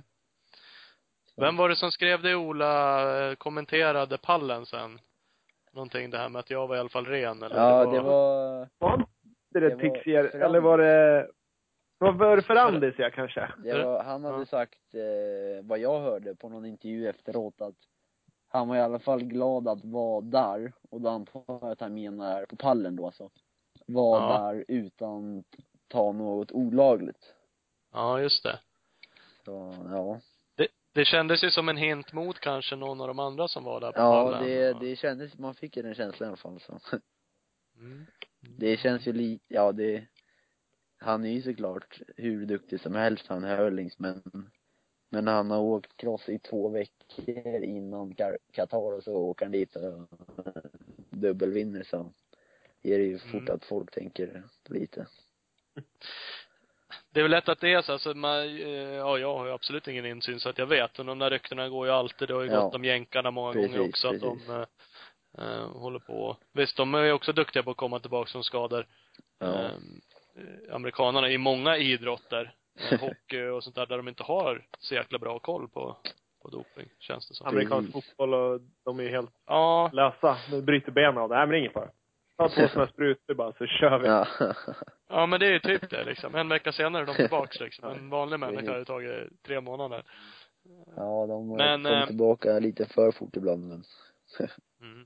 Vem var det som skrev det, Ola, eh, kommenterade pallen sen? Någonting, det här med att jag var i alla fall ren, eller? Ja, det var... det var... Var det det, Det var Tixier, Ferrandis. eller var det... Vad var det Ferrandis, ja, kanske? Det var, han hade Ja. sagt, eh, vad jag hörde på någon intervju efteråt, att han var i alla fall glad att vara där. Och då antar jag att han menar på pallen då, alltså. Var Ja. där utan ta något olagligt. Ja, just det. Så, ja. Det, det kändes ju som en hint mot kanske någon av de andra som var där på Ja, pallen. det, och... det kändes, man fick ju den känslan i alla fall, så. Mm. Det känns ju lite, ja det, han är ju såklart hur duktig som helst, han Hörlings, men men han har åkt cross i två veckor innan Qatar, och så åker han dit och dubbelvinner, så är det ju fort Mm. att folk tänker lite. Det är väl lätt att det är så, alltså man, eh, ja, jag har ju absolut ingen insyn så att jag vet, och de där ryktena går ju alltid, det har ju Ja. gått om jänkarna många Precis, gånger också, precis. att de eh, eh, håller på. Visst, de är ju också duktiga på att komma tillbaka från skador. Ja. Eh, amerikanerna i många idrotter, eh, hockey och sånt där, där de inte har så jäkla bra koll på, på doping, känns det som. Amerikansk Precis. fotboll, och de är ju helt Ja, lösa. De bryter benen av det. Nej, men inget för. Ta två sådana sprutor bara, så kör vi. Ja. ja men det är ju typ det liksom. En vecka senare är de tillbaks liksom. En vanlig Precis. människa har ju tagit tre månader. Ja, de Men, kom eh, tillbaka lite för fort ibland, men Mm.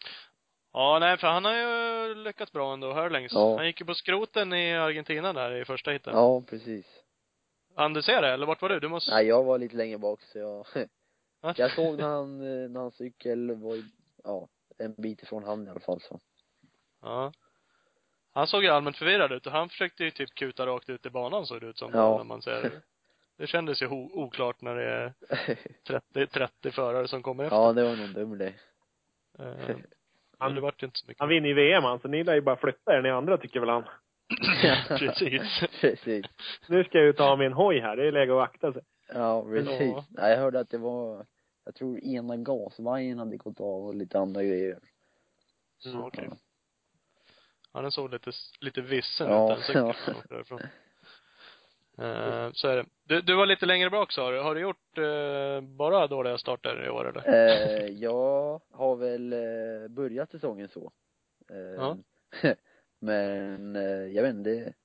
Ja, nej, för han har ju lyckats bra ändå, Hörlings. Ja. Han gick ju på skroten i Argentina där i första hiten. ja, precis. Han, du ser det, eller vart var du? Du måste... Nej, jag var lite längre bak, så jag Ja. jag såg när han, eh, när han cykel var i, ja, en bit ifrån han i alla fall, så. Ja. Han såg ju allmänt förvirrad ut och han försökte ju typ kuta rakt ut i banan, såg det ut som. Ja. När man ser det. Det kändes ju ho- oklart när det är trettio, trettio förare som kommer efter. Ja, det var någon dum idé. Eh, Han- det vart ju inte så mycket. Han vinner ju V M, han, så ni lär ju bara flytta er, ni andra, tycker väl han. Precis. Precis. Nu ska jag ju ta min hoj här, det är läge att akta sig. Ja, precis. Ja. Nej, jag hörde att det var, jag tror ena gasvajern hade gått av och lite andra grejer. Mm. Okej. Ja, den såg lite, lite vissen Ja, ut, den cykeln ja. man åkte därifrån. Uh, så är det. Du, du var lite längre bak, sa du. Har du gjort uh, bara dåliga starter i år, eller? Eh, jag har väl eh, börjat säsongen så. Eh, Ja. Men eh, jag vet inte, det,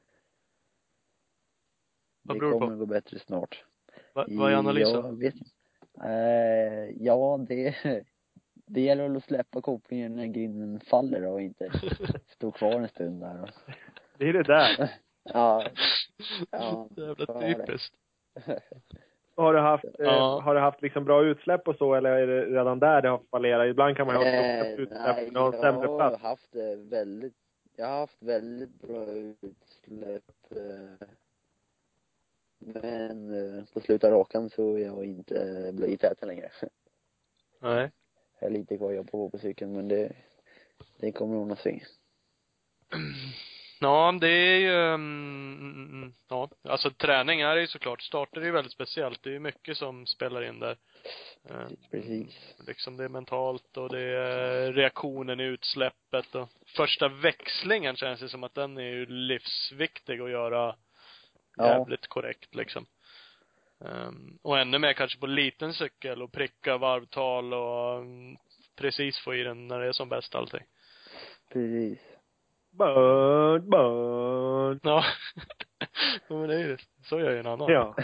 Vad det beror det kommer på? gå bättre snart. Va, vad är analysen? Jag vet inte. Eh, ja, det, det gäller väl att släppa kopplingen när grinden faller och inte stå kvar en stund där. Och. Det är det där. Ja. Ja, Jävla så är det. typiskt. Har du haft, Ja. eh, har du haft liksom bra utsläpp och så, eller är det redan där det har fallerat? Ibland kan man ju ha Eh, ett utsläpp nej, och ha en sämre jag plats. har haft det väldigt, jag har haft väldigt bra utsläpp. Eh, men eh, på slutet av rakan så är jag inte blivit täten längre. Nej. Jag är lite kvar att jobba på på cykeln, men det, det kommer ordna sig. Ja, det är ju, mm, mm, ja, alltså träning är ju såklart, starter är ju väldigt speciellt. Det är ju mycket som spelar in där. Eh, Precis. Liksom det är mentalt och det är reaktionen i utsläppet och första växlingen känns det som att den är ju livsviktig att göra jävligt ja. korrekt liksom. Um, och ännu mer kanske på liten cykel och pricka varvtal och um, precis få i den när det är som bäst allting. Precis. Burn, burn. Ja. Men det är ju, så gör ju en annan. Ja.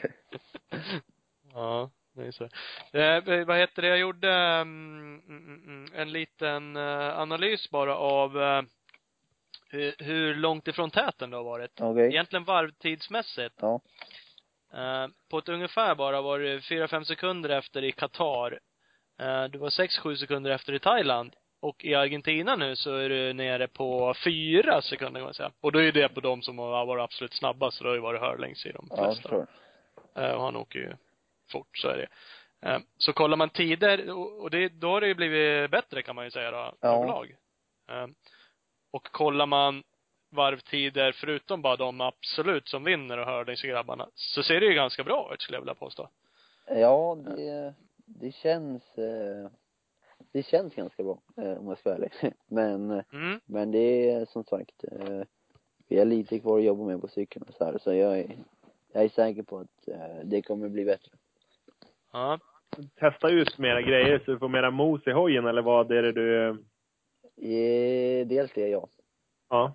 Ja, det är så. Eh, vad heter det? Jag gjorde um, mm, mm, en liten uh, analys bara av uh, hur, hur långt ifrån täten det har varit. Okay. Egentligen varvtidsmässigt. Ja. Uh, på ett ungefär bara var det fyra fem sekunder efter i Qatar. Uh, det var sex sju sekunder efter i Thailand. Och i Argentina nu så är du nere på fyra sekunder kan man säga. Och då är det på de som har varit absolut snabbast. Så då har ju varit Hörlings i de flesta. Ja, uh, och han åker ju fort, så är det. Uh, så kollar man tider, och, och det, då har det ju blivit bättre kan man ju säga då, ja. överlag. Uh, och kollar man varvtider förutom bara de absolut som vinner och Hörlings och grabbarna, så ser det ju ganska bra ut, skulle jag vilja påstå. Ja, det, det känns eh, det känns ganska bra eh, om jag ska vara ärlig. Men, mm. men det är som sagt eh, vi har lite kvar att jobba med på cykeln och så här, så jag är, jag är säker på att eh, det kommer bli bättre. Ja. Testa ut mera grejer så du får mera mos i hojen, eller vad är det du... Eh, dels det, ja. Ja.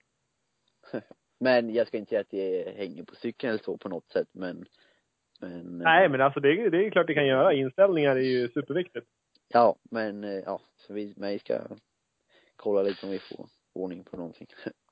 Men jag ska inte säga att det hänger på cykeln eller så på något sätt, men... men Nej, men alltså det är, det är klart det kan göra. Inställningar är ju superviktigt. Ja, men ja, så vi, men vi ska kolla lite om vi får ordning på någonting.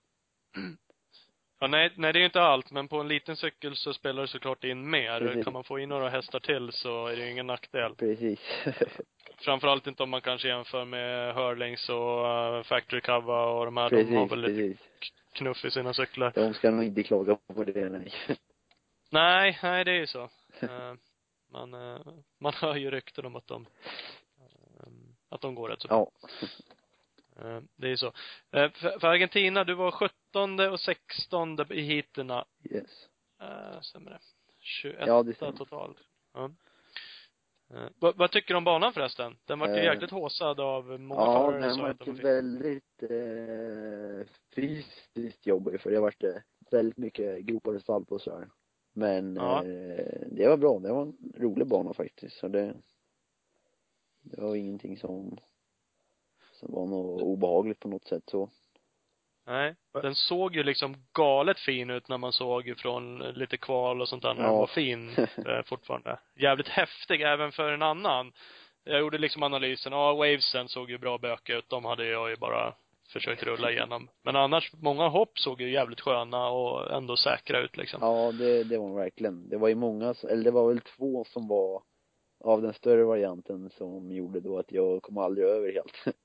Ja, nej, nej, det är ju inte allt, men på en liten cykel så spelar det såklart in mer. Precis. Kan man få in några hästar till så är det ju ingen nackdel. Precis. Framförallt inte om man kanske jämför med Hörlings och uh, Factory Cover och de här. Precis, de har väl precis. lite knuff i sina cyklar. De ska nog inte klaga på det, nej. Nej, nej, det är ju så. Uh, man, uh, man hör ju rykten om att de uh, att de går rätt så bra. Ja. Uh, det är ju så. Uh, för, för Argentina, du var sjuttonde och sextonde i heaterna. Yes. Uh, stämmer det? tjugoett Ja, det stämmer. totalt. Ja. Uh, vad, vad tycker du om banan förresten? Den var ju uh, jäkligt håsad av många ja, förare. Ja, den var ju väldigt eh, fysiskt jobbig, för det har varit eh, väldigt mycket gropar och stall på så här. Men ja. eh, det var bra. Det var en rolig bana faktiskt. Så det, det var ingenting som, som var något obehagligt på något sätt så. Nej, den såg ju liksom galet fin ut när man såg från lite kval och sånt där. När ja. Den var fin eh, fortfarande. Jävligt häftig även för en annan. Jag gjorde liksom analysen. Ja, Wavesen såg ju bra böka ut. De hade jag ju bara försökt rulla igenom. Men annars, många hopp såg ju jävligt sköna och ändå säkra ut liksom. Ja, det, det var verkligen. Det var ju många, eller det var väl två som var av den större varianten som gjorde då att jag kom aldrig över helt.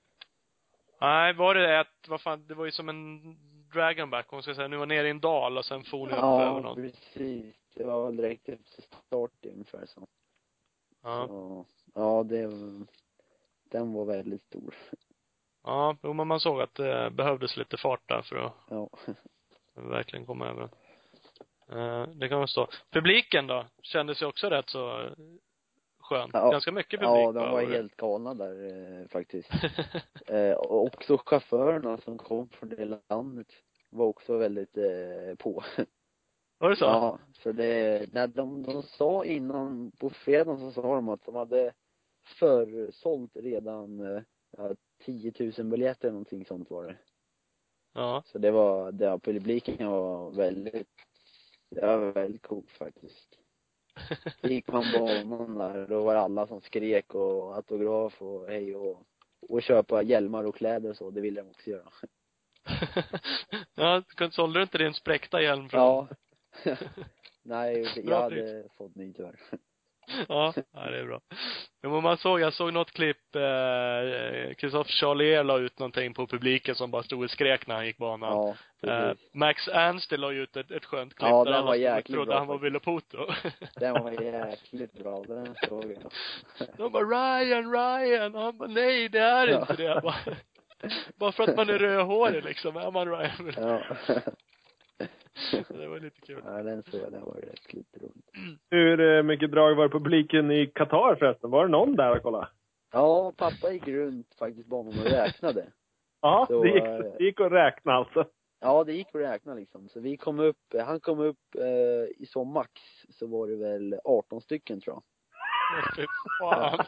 Nej, var det ett, vad fan, det var ju som en dragonback, om ska säga. Nu var nere i en dal och sen for ni upp ja, över någon. Ja, precis. Det var väl direkt efter start ungefär så. Ja. Så, ja, det den var väldigt stor. Ja, men man såg att det behövdes lite fart där för att ja. verkligen komma över. Uh, det kan man stå. Publiken då? Kändes ju också rätt så skön. Ja, Ganska mycket publik. Ja, de var helt galna där eh, faktiskt. eh, och också chaufförerna som kom från det landet var också väldigt eh, på. Var det så? Ja, så det, när de, de sa innan, på fredagen så sa de att de hade försålt redan eh, ja, tio tusen biljetter eller någonting sånt var det. Ja. Så det var, det var publiken var väldigt, det var väldigt coolt faktiskt. Gick man banan där, då var alla som skrek och autograf och hej och, och köpa hjälmar och kläder och så, det ville de också göra. Ja, sålde du inte din spräckta hjälm från? Ja. Nej, jag Bra hade fått ny tyvärr. Ja, ja, det är bra. Men vad man såg, jag såg något klipp, eh, Christophe Charlier la ut någonting på publiken som bara stod och skrek när han gick banan. Ja, eh, precis. Max Ernst la ut ett, ett skönt klipp Ja, där den alla var stod och jäkligt trodde bra han var faktiskt. Ville Poto. Den var jäkligt bra, den såg jag. De bara, Ryan, Ryan. Och han bara, nej det är Ja. inte det. Bara, bara för att man är rödhårig liksom, är man Ryan. Ja. Det var lite kul. Ja, den såg jag, den var jäkligt roligt. Hur eh, mycket drag var det på publiken i Qatar förresten? Var det någon där att kolla? Ja, pappa gick runt faktiskt banan och räknade. Ja, Så, det gick, eh, det gick att räkna alltså. Ja, det gick att räkna liksom. Så vi kom upp, han kom upp eh, i som max så var det väl arton stycken tror jag. Fy fan.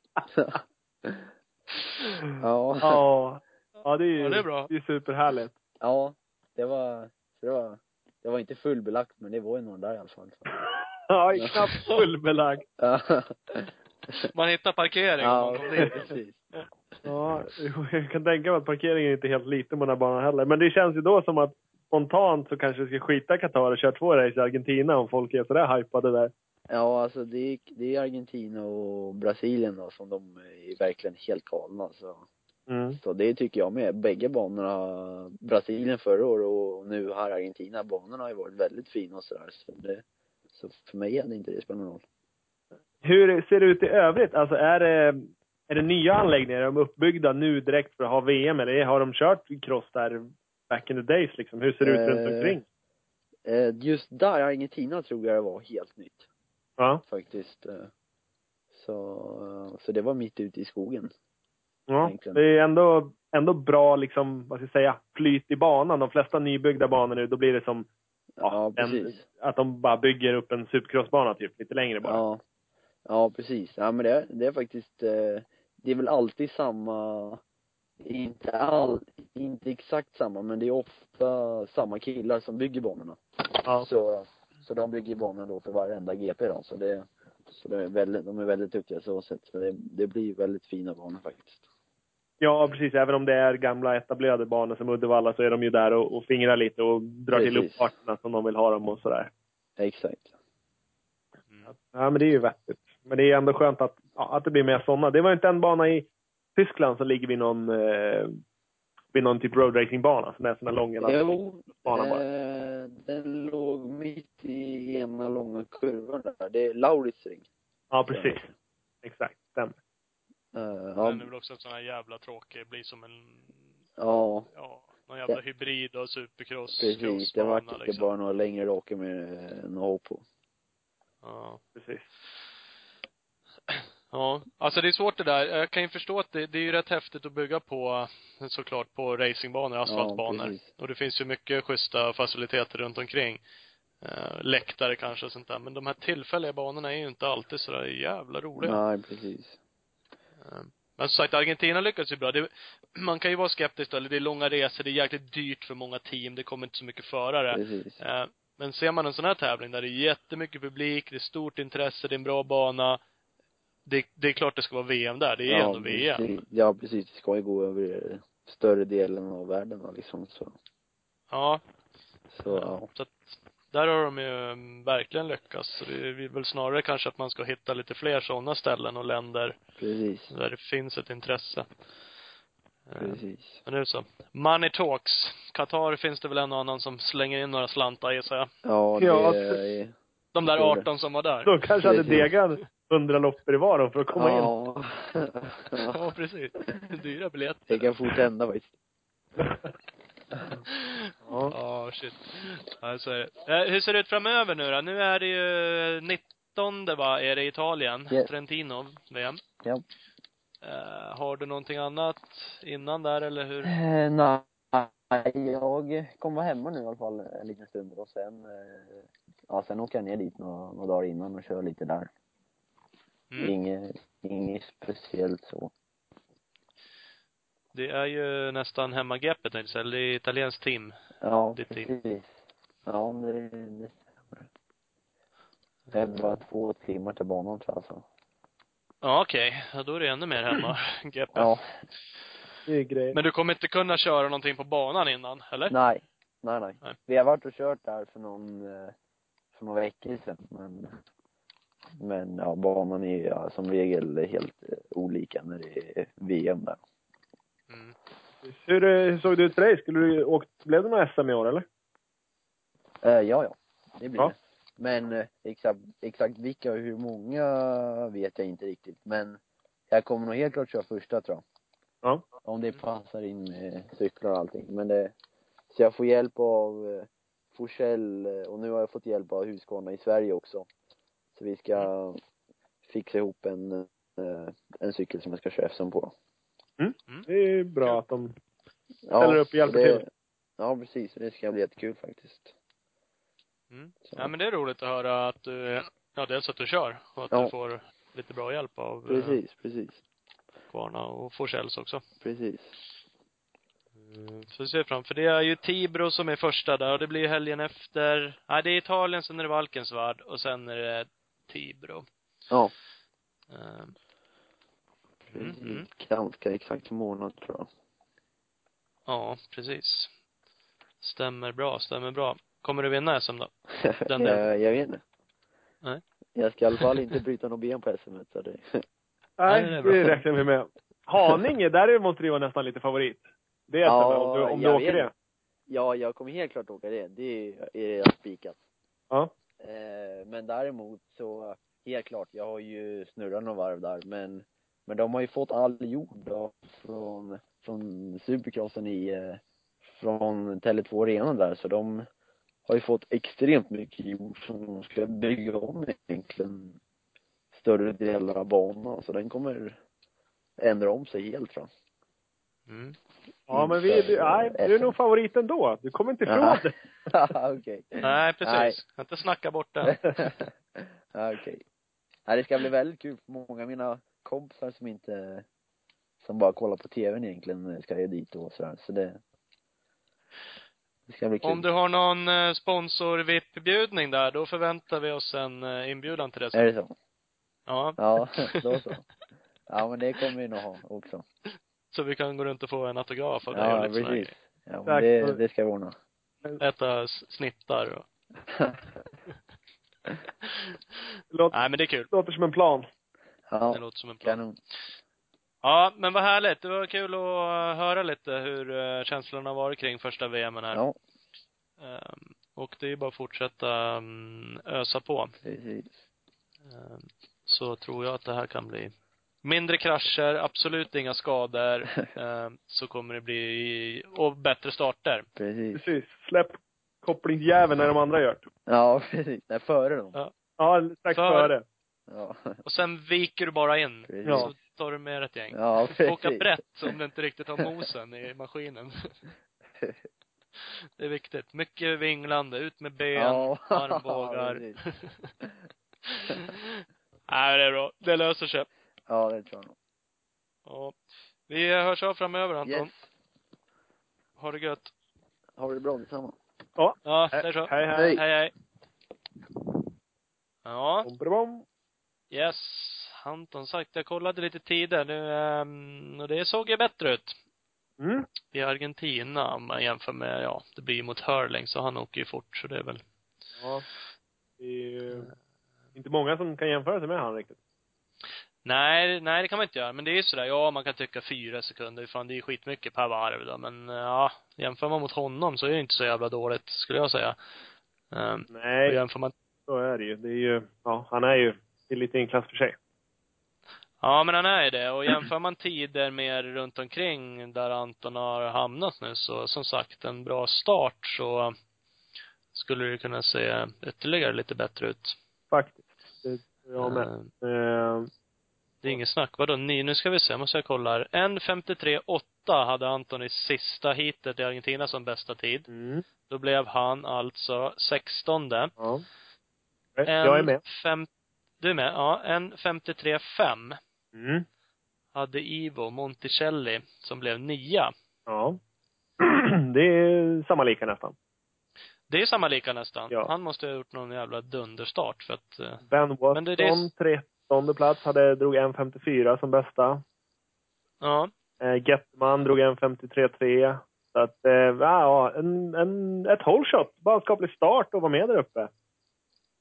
Ja. Ja. Ja, det är ju Ja, det är bra. Det är superhärligt. Ja, det var, det var, det var inte fullbelagt men det var ju någon där i alla fall. Ja, knappt fullbelagd. Ja. Man hittar parkering. Ja, om det. precis. Ja, jag kan tänka mig att parkeringen är inte helt liten på den här banan heller. Men det känns ju då som att spontant så kanske vi ska skita Qatar och köra två race i Argentina om folk är sådär hypade där. Ja, alltså det är, det är Argentina och Brasilien då som de är verkligen helt galna så. Mm. Så det tycker jag med. Bägge banorna, Brasilien förra året och nu här Argentina, banorna har ju varit väldigt fina och sådär. Så, det, så för mig hade inte det spelat någon roll. Hur ser det ut i övrigt? Alltså är det, är det nya anläggningar? Är de uppbyggda nu direkt för att ha V M? Eller har de kört cross där back in the days liksom? Hur ser det ut Eh, runt omkring? Eh, just där, Argentina tror jag det var helt nytt. Ja. Faktiskt. Eh, så, så det var mitt ute i skogen. Ja, Egentligen. det är ändå, ändå bra liksom, vad ska jag säga, flyt i banan. De flesta nybyggda banor nu, då blir det som Ja, ja, en, precis. att de bara bygger upp en supercrossbana typ, lite längre bara. Ja. Ja, precis. Ja, men det, är- det är faktiskt, eh, det är väl alltid samma, inte all, inte exakt samma, men det är ofta samma killar som bygger banorna. Ja. Så, så de bygger banorna då för varenda G P då. Så det, så det är väldigt, de är väldigt duktiga så sätt. Så det, det blir väldigt fina banor faktiskt. Ja, precis. Även om det är gamla etablerade banor som Uddevalla så är de ju där och, och fingrar lite och drar Precis. till uppfarterna som de vill ha dem och sådär. Exakt. Ja, men det är ju vettigt. Men det är ändå skönt att, ja, att det blir mer sådana. Det var inte en bana i Tyskland som ligger vid någon, eh, vid någon typ roadracingbana som är sån här lång hela Jo, banan bara. eh, den låg mitt i ena långa kurvan där. Det är Lauritzring. Ja, precis. Exakt, stämmer. Uh, Ja. ja, Den är väl också en sån här jävla tråkig, blir som en, ja, ja, någon jävla Ja. hybrid och supercross. precis. Det var crossbana, inte bara några längre raker med eh, några hopp på. Ja. Precis. Ja, alltså det är svårt det där. Jag kan ju förstå att det, det är ju rätt häftigt att bygga på, såklart, på racingbanor, asfaltbanor. precis. Och det finns ju mycket schyssta faciliteter runt omkring. Uh, läktare kanske och sånt där. Men de här tillfälliga banorna är ju inte alltid så där jävla roliga. Nej, precis. Uh, men som sagt, Argentina lyckas ju bra. Det, man kan ju vara skeptisk då. Det är långa resor, det är jäkligt dyrt för många team. Det kommer inte så mycket förare. Precis. Uh, men ser man en sån här tävling där det är jättemycket publik, det är stort intresse, det är en bra bana. Det, det är klart det ska vara V M där. Det är ja, ändå V M. precis. Ja, precis. Det ska ju gå över större delen av världen då, liksom så. Ja. Så, ja. Så att där har de ju mm, verkligen lyckats. Så det är väl snarare kanske att man ska hitta lite fler sådana ställen och länder Precis. där det finns ett intresse. Eh, Precis. Men nu så. Money talks. Qatar finns det väl en och annan som slänger in några slantar i sig. Ja, det Ja, är... De där jag tror det. arton som var där. De kanske hade Precis. degat hundra loppor i var för att komma in. Ja. Ja, precis. Dyra biljetter. Det kan fort hända faktiskt. Ja. Ja, shit. Ja, så är det. Eh, hur ser det ut framöver nu då? Nu är det ju nittonde va, är det i Italien. Yes. Trentino, V M. Ja. Eh, har du någonting annat innan där eller hur? Eh, nej, jag kommer vara hemma nu i alla fall en liten stund och sen, eh, ja, sen åker jag ner dit några, några dagar innan och kör lite där. Mm. Inget, inget speciellt så. Det är ju nästan hemmagreppet, tänkte jag säga. Det är italienskt team. Ja, Ditt team. precis. Ja, det, det stämmer. Det är bara två timmar till banan tror jag alltså. Ja, okej. Ja, då är det ännu mer hemma. G P. Ja. Det är grejer. Men du kommer inte kunna köra någonting på banan innan, eller? Nej, nej, nej. Nej. Vi har varit och kört där för någon, eh, för några veckor sedan. Men, men ja, banan är ja, som regel helt eh, olika när det är V M där. Mm. Hur, hur såg det ut för dig? Skulle du åkt, blev det några S M i år eller? Eh, ja, ja. Det blir Ja. det. Men eh, exakt, exakt vilka och hur många vet jag inte riktigt. Men jag kommer nog helt klart köra första, tror jag. Ja. Om det passar in med cyklar och allting. Men det, så jag får hjälp av eh, Forsell, eh, och nu har jag fått hjälp av Husqvarna i Sverige också. Så vi ska mm. fixa ihop en, eh, en cykel som jag ska köra F S M på. Mm. Det är bra att de ja, ställer upp och hjälper det, till. Ja, precis. Det ska bli jättekul faktiskt. Mm. Ja, men det är roligt att höra att du, ja, dels att du kör och att ja. du får lite bra hjälp av precis, eh, precis. Kvarna och Forssells också. Precis. Mm, så vi ser fram, för det är ju Tibro som är första där och det blir helgen efter. Nej, det är Italien, sen är det Valkensvärd och sen är det Tibro. Ja. Mm. Precis. Mm. Ganska exakt månad, tror jag. Ja, precis. Stämmer bra, stämmer bra. Kommer du vinna S M då? Den jag, jag vet inte. Nej. Jag ska i alla fall inte bryta någon ben på S M. Så det... Nej, det, det räknar vi med. Haninge, där måste det vara nästan lite favorit. Det är ja, om du, om du åker det. Ja, jag kommer helt klart åka det. Det är redan spikat. Ja. Eh, men däremot så, helt klart, jag har ju snurrat några varv där. Men, men de har ju fått all jord då, från, från Supercrossen i, eh, från Tele två arenan där. Så de har ju fått extremt mycket jord som de ska bygga om egentligen större delar av banan. Så den kommer ändra om sig helt, tror jag. Mm. Ja, men vi, du, nej, du är nog favoriten då. Du kommer inte ifrån det. Okej. Okay. Nej, precis. Nej. Jag inte snacka bort den. Okej. Okay. Nej, det ska bli väldigt kul för många av mina kompisar som inte, som bara kollar på tvn egentligen, ska ju dit och sådär. Så det, det ska bli kul. Om du har någon sponsor-V I P-bjudning där, då förväntar vi oss en inbjudan till det. Är det så? Ja. Ja, då så. Ja, men det kommer vi nog ha också. Så vi kan gå runt och få en autograf av dig ja, och lite precis. Ja, men det, det ska vi ordna. Äta snittar och... låter, Nej, men det är kul. Det låter som en plan. Ja, det låter som en plan. Kanon. Ja, men vad härligt. Det var kul att höra lite hur känslorna har varit kring första V M här. Ja. Um, och det är ju bara att fortsätta um, ösa på. Precis. Um, så tror jag att det här kan bli mindre krascher, absolut inga skador. um, så kommer det bli, och bättre starter. Precis. Precis. Släpp kopplingsjäveln när de andra gör det. Ja, precis. Nej, före dem. Ja, ja strax För... före. Ja. Och sen viker du bara in. Precis. Så tar du med ett gäng. Ja, precis. Åka brett om du inte riktigt har mosen i maskinen. Det är viktigt. Mycket vinglande, ut med ben, ja, armbågar. Ja, nej, det är bra. Det löser sig. Ja, det tror jag nog. Ja. Vi hörs av framöver, Anton. Yes. Ha det gött. Ha det bra detsamma. Ja, ja det är så. Hej, hej. Hej, hej. Ja. Bom. Yes. Anton sagt, jag kollade lite tider nu, um, och det såg ju bättre ut. Mm. I Argentina, om man jämför med, ja, det blir ju mot Hurling, så han åker ju fort, så det är väl. Ja. Det är ju inte många som kan jämföra sig med han riktigt. Nej, nej det kan man inte göra. Men det är ju sådär, ja, man kan tycka fyra sekunder. Fan, det är ju skitmycket per varv då. Men ja, jämför man mot honom så är det inte så jävla dåligt, skulle jag säga. Um, nej, jämför man... så är det ju. Det är ju, ja, han är ju i lite en klass för sig. Ja, men han är ju det. Och jämför man tider mer runt omkring där Anton har hamnat nu, så som sagt, en bra start, så skulle det kunna se ytterligare lite bättre ut. Faktiskt. Det tror jag med. Uh, uh, det är inget snack. Vadå? Ni, nu ska vi se. Måste jag kolla här. en femtiotre åtta hade Anton i sista heatet i Argentina som bästa tid. Mm. Då blev han alltså sextonde. Ja. En, jag är med. Fem, du är med? Ja. en femtiotre fem Mm. hade Ivo Monticelli som blev nia. Ja. Det är samma lika nästan. Det är samma lika nästan. Ja. Han måste ha gjort någon jävla dunderstart för att... Ben Watson, det, det... trettonde plats, hade, drog en femtiofyra som bästa. Ja. Eh, Getman drog en femtiotre tre. Så att, eh, ja, en, en, ett whole shot. Bara skaplig start och vara med där uppe.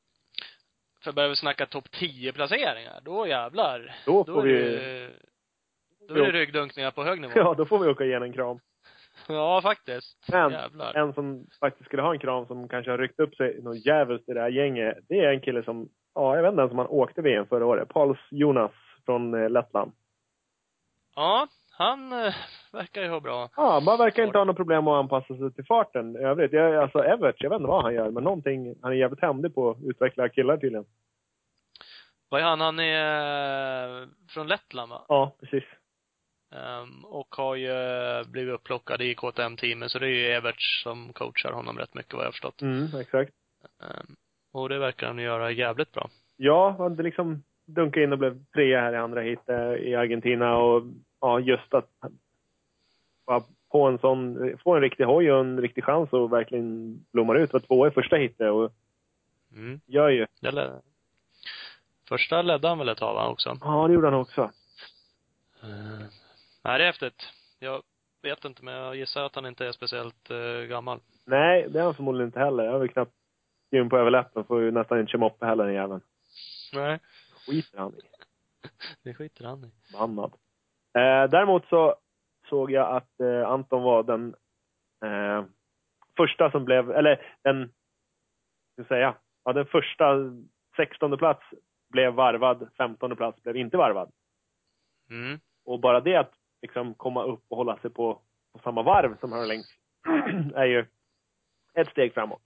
För börjar vi snacka topp tio placeringar, då jävlar. Då får då är vi... det, då är det ryggdunkningar på hög nivå. Ja, då får vi åka igen en kram. Ja, faktiskt. Men Jävlar. en som faktiskt skulle ha en kram som kanske har ryckt upp sig något jävligt i det här gänget. Det är en kille som, ja jag vet inte, som han åkte V M förra året. Pauls Jonas från eh, Lettland. Ja, han eh, verkar ju ha bra. Ja, man verkar inte ha något problem att anpassa sig till farten i övrigt. Jag, alltså Everts, jag vet inte vad han gör, men någonting, han är jävligt händig på att utveckla killar tydligen. Vad är han? Han är eh, från Lettland, va? Ja, precis. Um, och har ju blivit upplockad i K T M-teamet, så det är ju Everts som coachar honom rätt mycket, vad jag har förstått. Mm, exakt. Um, och det verkar han göra jävligt bra. Ja, han liksom dunkade in och blev trea här i andra hit eh, i Argentina. Och ja, just att ja, på en sån, få en riktig hoj och en riktig chans och verkligen blommar ut. Var två i första hitet och Mm. gör ju. Eller, första ledde han väl ett tag, va, också? Ja, det gjorde han också. Uh, nej, det är häftigt. Jag vet inte, men jag gissar att han inte är speciellt uh, gammal. Nej, det är han förmodligen inte heller. Jag har väl knappt skrivit på överläppen, får ju nästan inte köra moppe heller, den jäveln. Nej. Skiter han i. Det skiter han i. Bannad. Eh, däremot så såg jag att eh, Anton var den eh, första som blev, eller den, ska jag säga, ja, den första sextonde plats blev varvad, femtonde plats blev inte varvad. Mm. Och bara det att liksom komma upp och hålla sig på, på samma varv som här längst är ju ett steg framåt.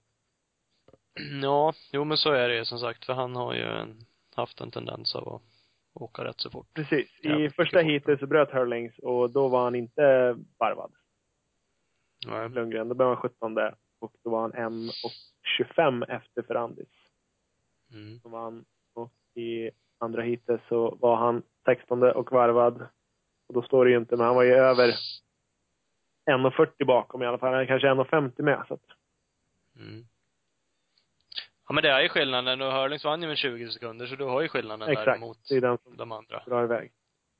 Ja, jo men så är det ju som sagt, för han har ju en, haft en tendens av att åka rätt så fort. Precis. I ja, första heatet så bröt Hurlings och då var han inte varvad. Nej. Lundgren, då blev han sjuttonde och då var han en och tjugofem efter Ferrandis. Mm. Så var han, och i andra heatet så var han sextonde och varvad. Och då står det ju inte, men han var ju över en och fyrtio bakom i alla fall. Kanske en och femtio med. Så att... Mm. Ja, men det är ju skillnaden. Och Hurlings vann ju med tjugo sekunder, så du har ju skillnaden exakt. där mot det är den som de andra. drar iväg.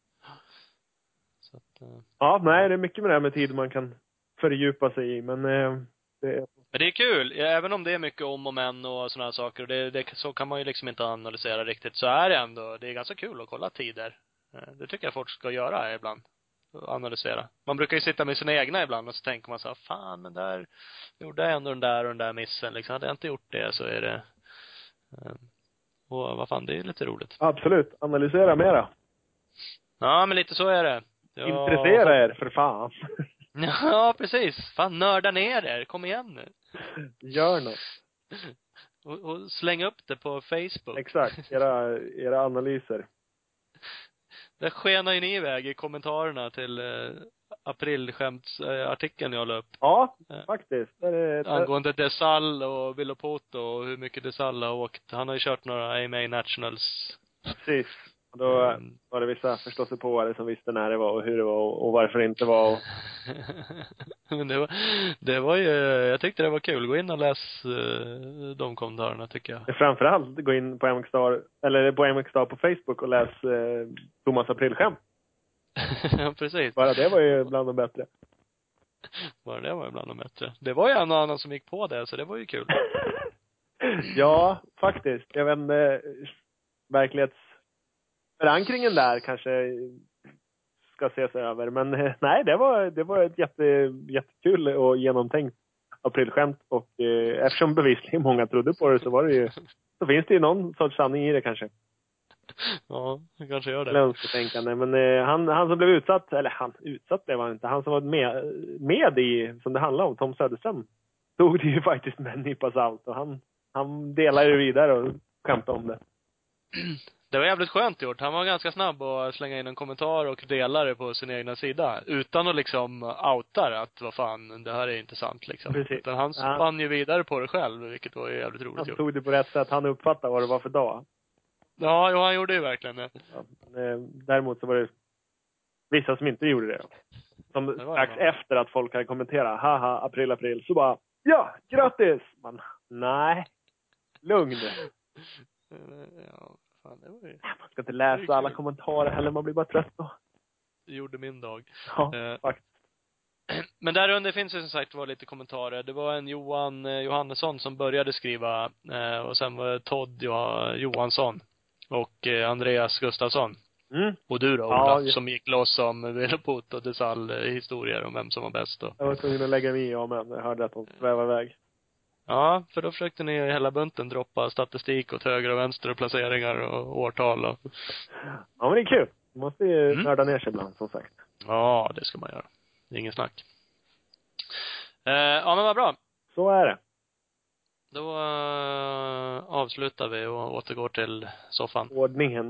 Så att, uh... Ja, nej, det är mycket med det här med tid man kan fördjupa sig i. Men eh, det är... Men det är kul. Även om det är mycket om och men och sådana här saker. Och det, det, så kan man ju liksom inte analysera riktigt. Så är det ändå. Det är ganska kul att kolla tider. Det tycker jag folk ska göra ibland. Analysera. Man brukar ju sitta med sina egna ibland och så tänker man så här, fan, men där gjorde jag ändå den där och den där missen. Liksom, hade jag inte gjort det så är det... Och vad fan, det är lite roligt. Absolut. Analysera mera. Ja, men lite så är det. Jag... Intressera er, för fan. Ja, precis. Fan, nörda ner er. Kom igen nu. Gör något. Och, och släng upp det på Facebook. Exakt. Era, era analyser. Det skenar ju ni iväg i kommentarerna till eh, aprilskämtsartikeln jag la upp. Ja, eh, faktiskt. Det är, det... Angående Desal och Villopoto och hur mycket Desal har åkt. Han har ju kört några A M A Nationals. Precis. Och då mm. var det vissa förståsigpåare som visste när det var och hur det var och, och varför det inte var. Och... Men det var, det var ju, jag tyckte det var kul. Gå in och läs uh, de kommentarerna, tycker jag. Framförallt gå in på M X Star, eller på M X Star på Facebook och läs uh, Thomas aprilskämt. Ja, precis. Bara det var ju bland de bättre. Bara det var ju bland de bättre. Det var ju en och annan som gick på det, så det var ju kul. Ja, faktiskt. Jag vet inte, verklighetsförankringen där kanske ska ses över. Men nej, det var, det var ett jätte, jättekul och genomtänkt aprilskämt. Och eh, eftersom bevisligen många trodde på det så var det ju, så finns det ju någon sorts sanning i det kanske. Ja, det kanske gör det. Eller önsketänkande. Men eh, han, han som blev utsatt, eller han utsatt blev han inte, han som var med, med i, som det handlar om, Tom Söderström, tog det ju faktiskt med en nypa salt. Och han, han delade det vidare och skämtade om det. Det var jävligt skönt gjort. Han var ganska snabb att slänga in en kommentar och dela det på sin egna sida. Utan att liksom outa att vad fan, det här är inte sant liksom. Precis. Utan han spann ja. ju vidare på det själv, vilket var jävligt roligt han gjort. Han tog det på rätt sätt. Han uppfattade vad det var för dag. Ja, jo, han gjorde ju verkligen det. Ja, däremot så var det vissa som inte gjorde det. Som strax efter att folk hade kommenterat, haha, april, april, så bara, ja, grattis! Man, nej, lugn. Ja, fan, det var ju... Man ska inte läsa alla kommentarer heller, man blir bara trött då. Det gjorde min dag. Ja, eh, faktiskt. men där under finns det som sagt var lite kommentarer. Det var en Johan eh, Johannesson som började skriva eh, och sen var det Todd jo- Johansson och eh, Andreas Gustafsson. Mm. Och du då, Ola, Ja, just- som gick loss om Veloput och Desall eh, historier om vem som var bäst då. Jag var tvungen att lägga mig i, ja, men jag hörde att de svävar iväg. Ja, för då försökte ni i hela bunten droppa statistik åt höger och vänster och placeringar och årtal och... Ja, men det är kul. Man måste ju Mm. nörda ner sig ibland, som sagt. Ja, det ska man göra. Det är ingen snack. Eh, ja, men vad bra. Så är det. Då eh, avslutar vi och återgår till soffan. Ordningen.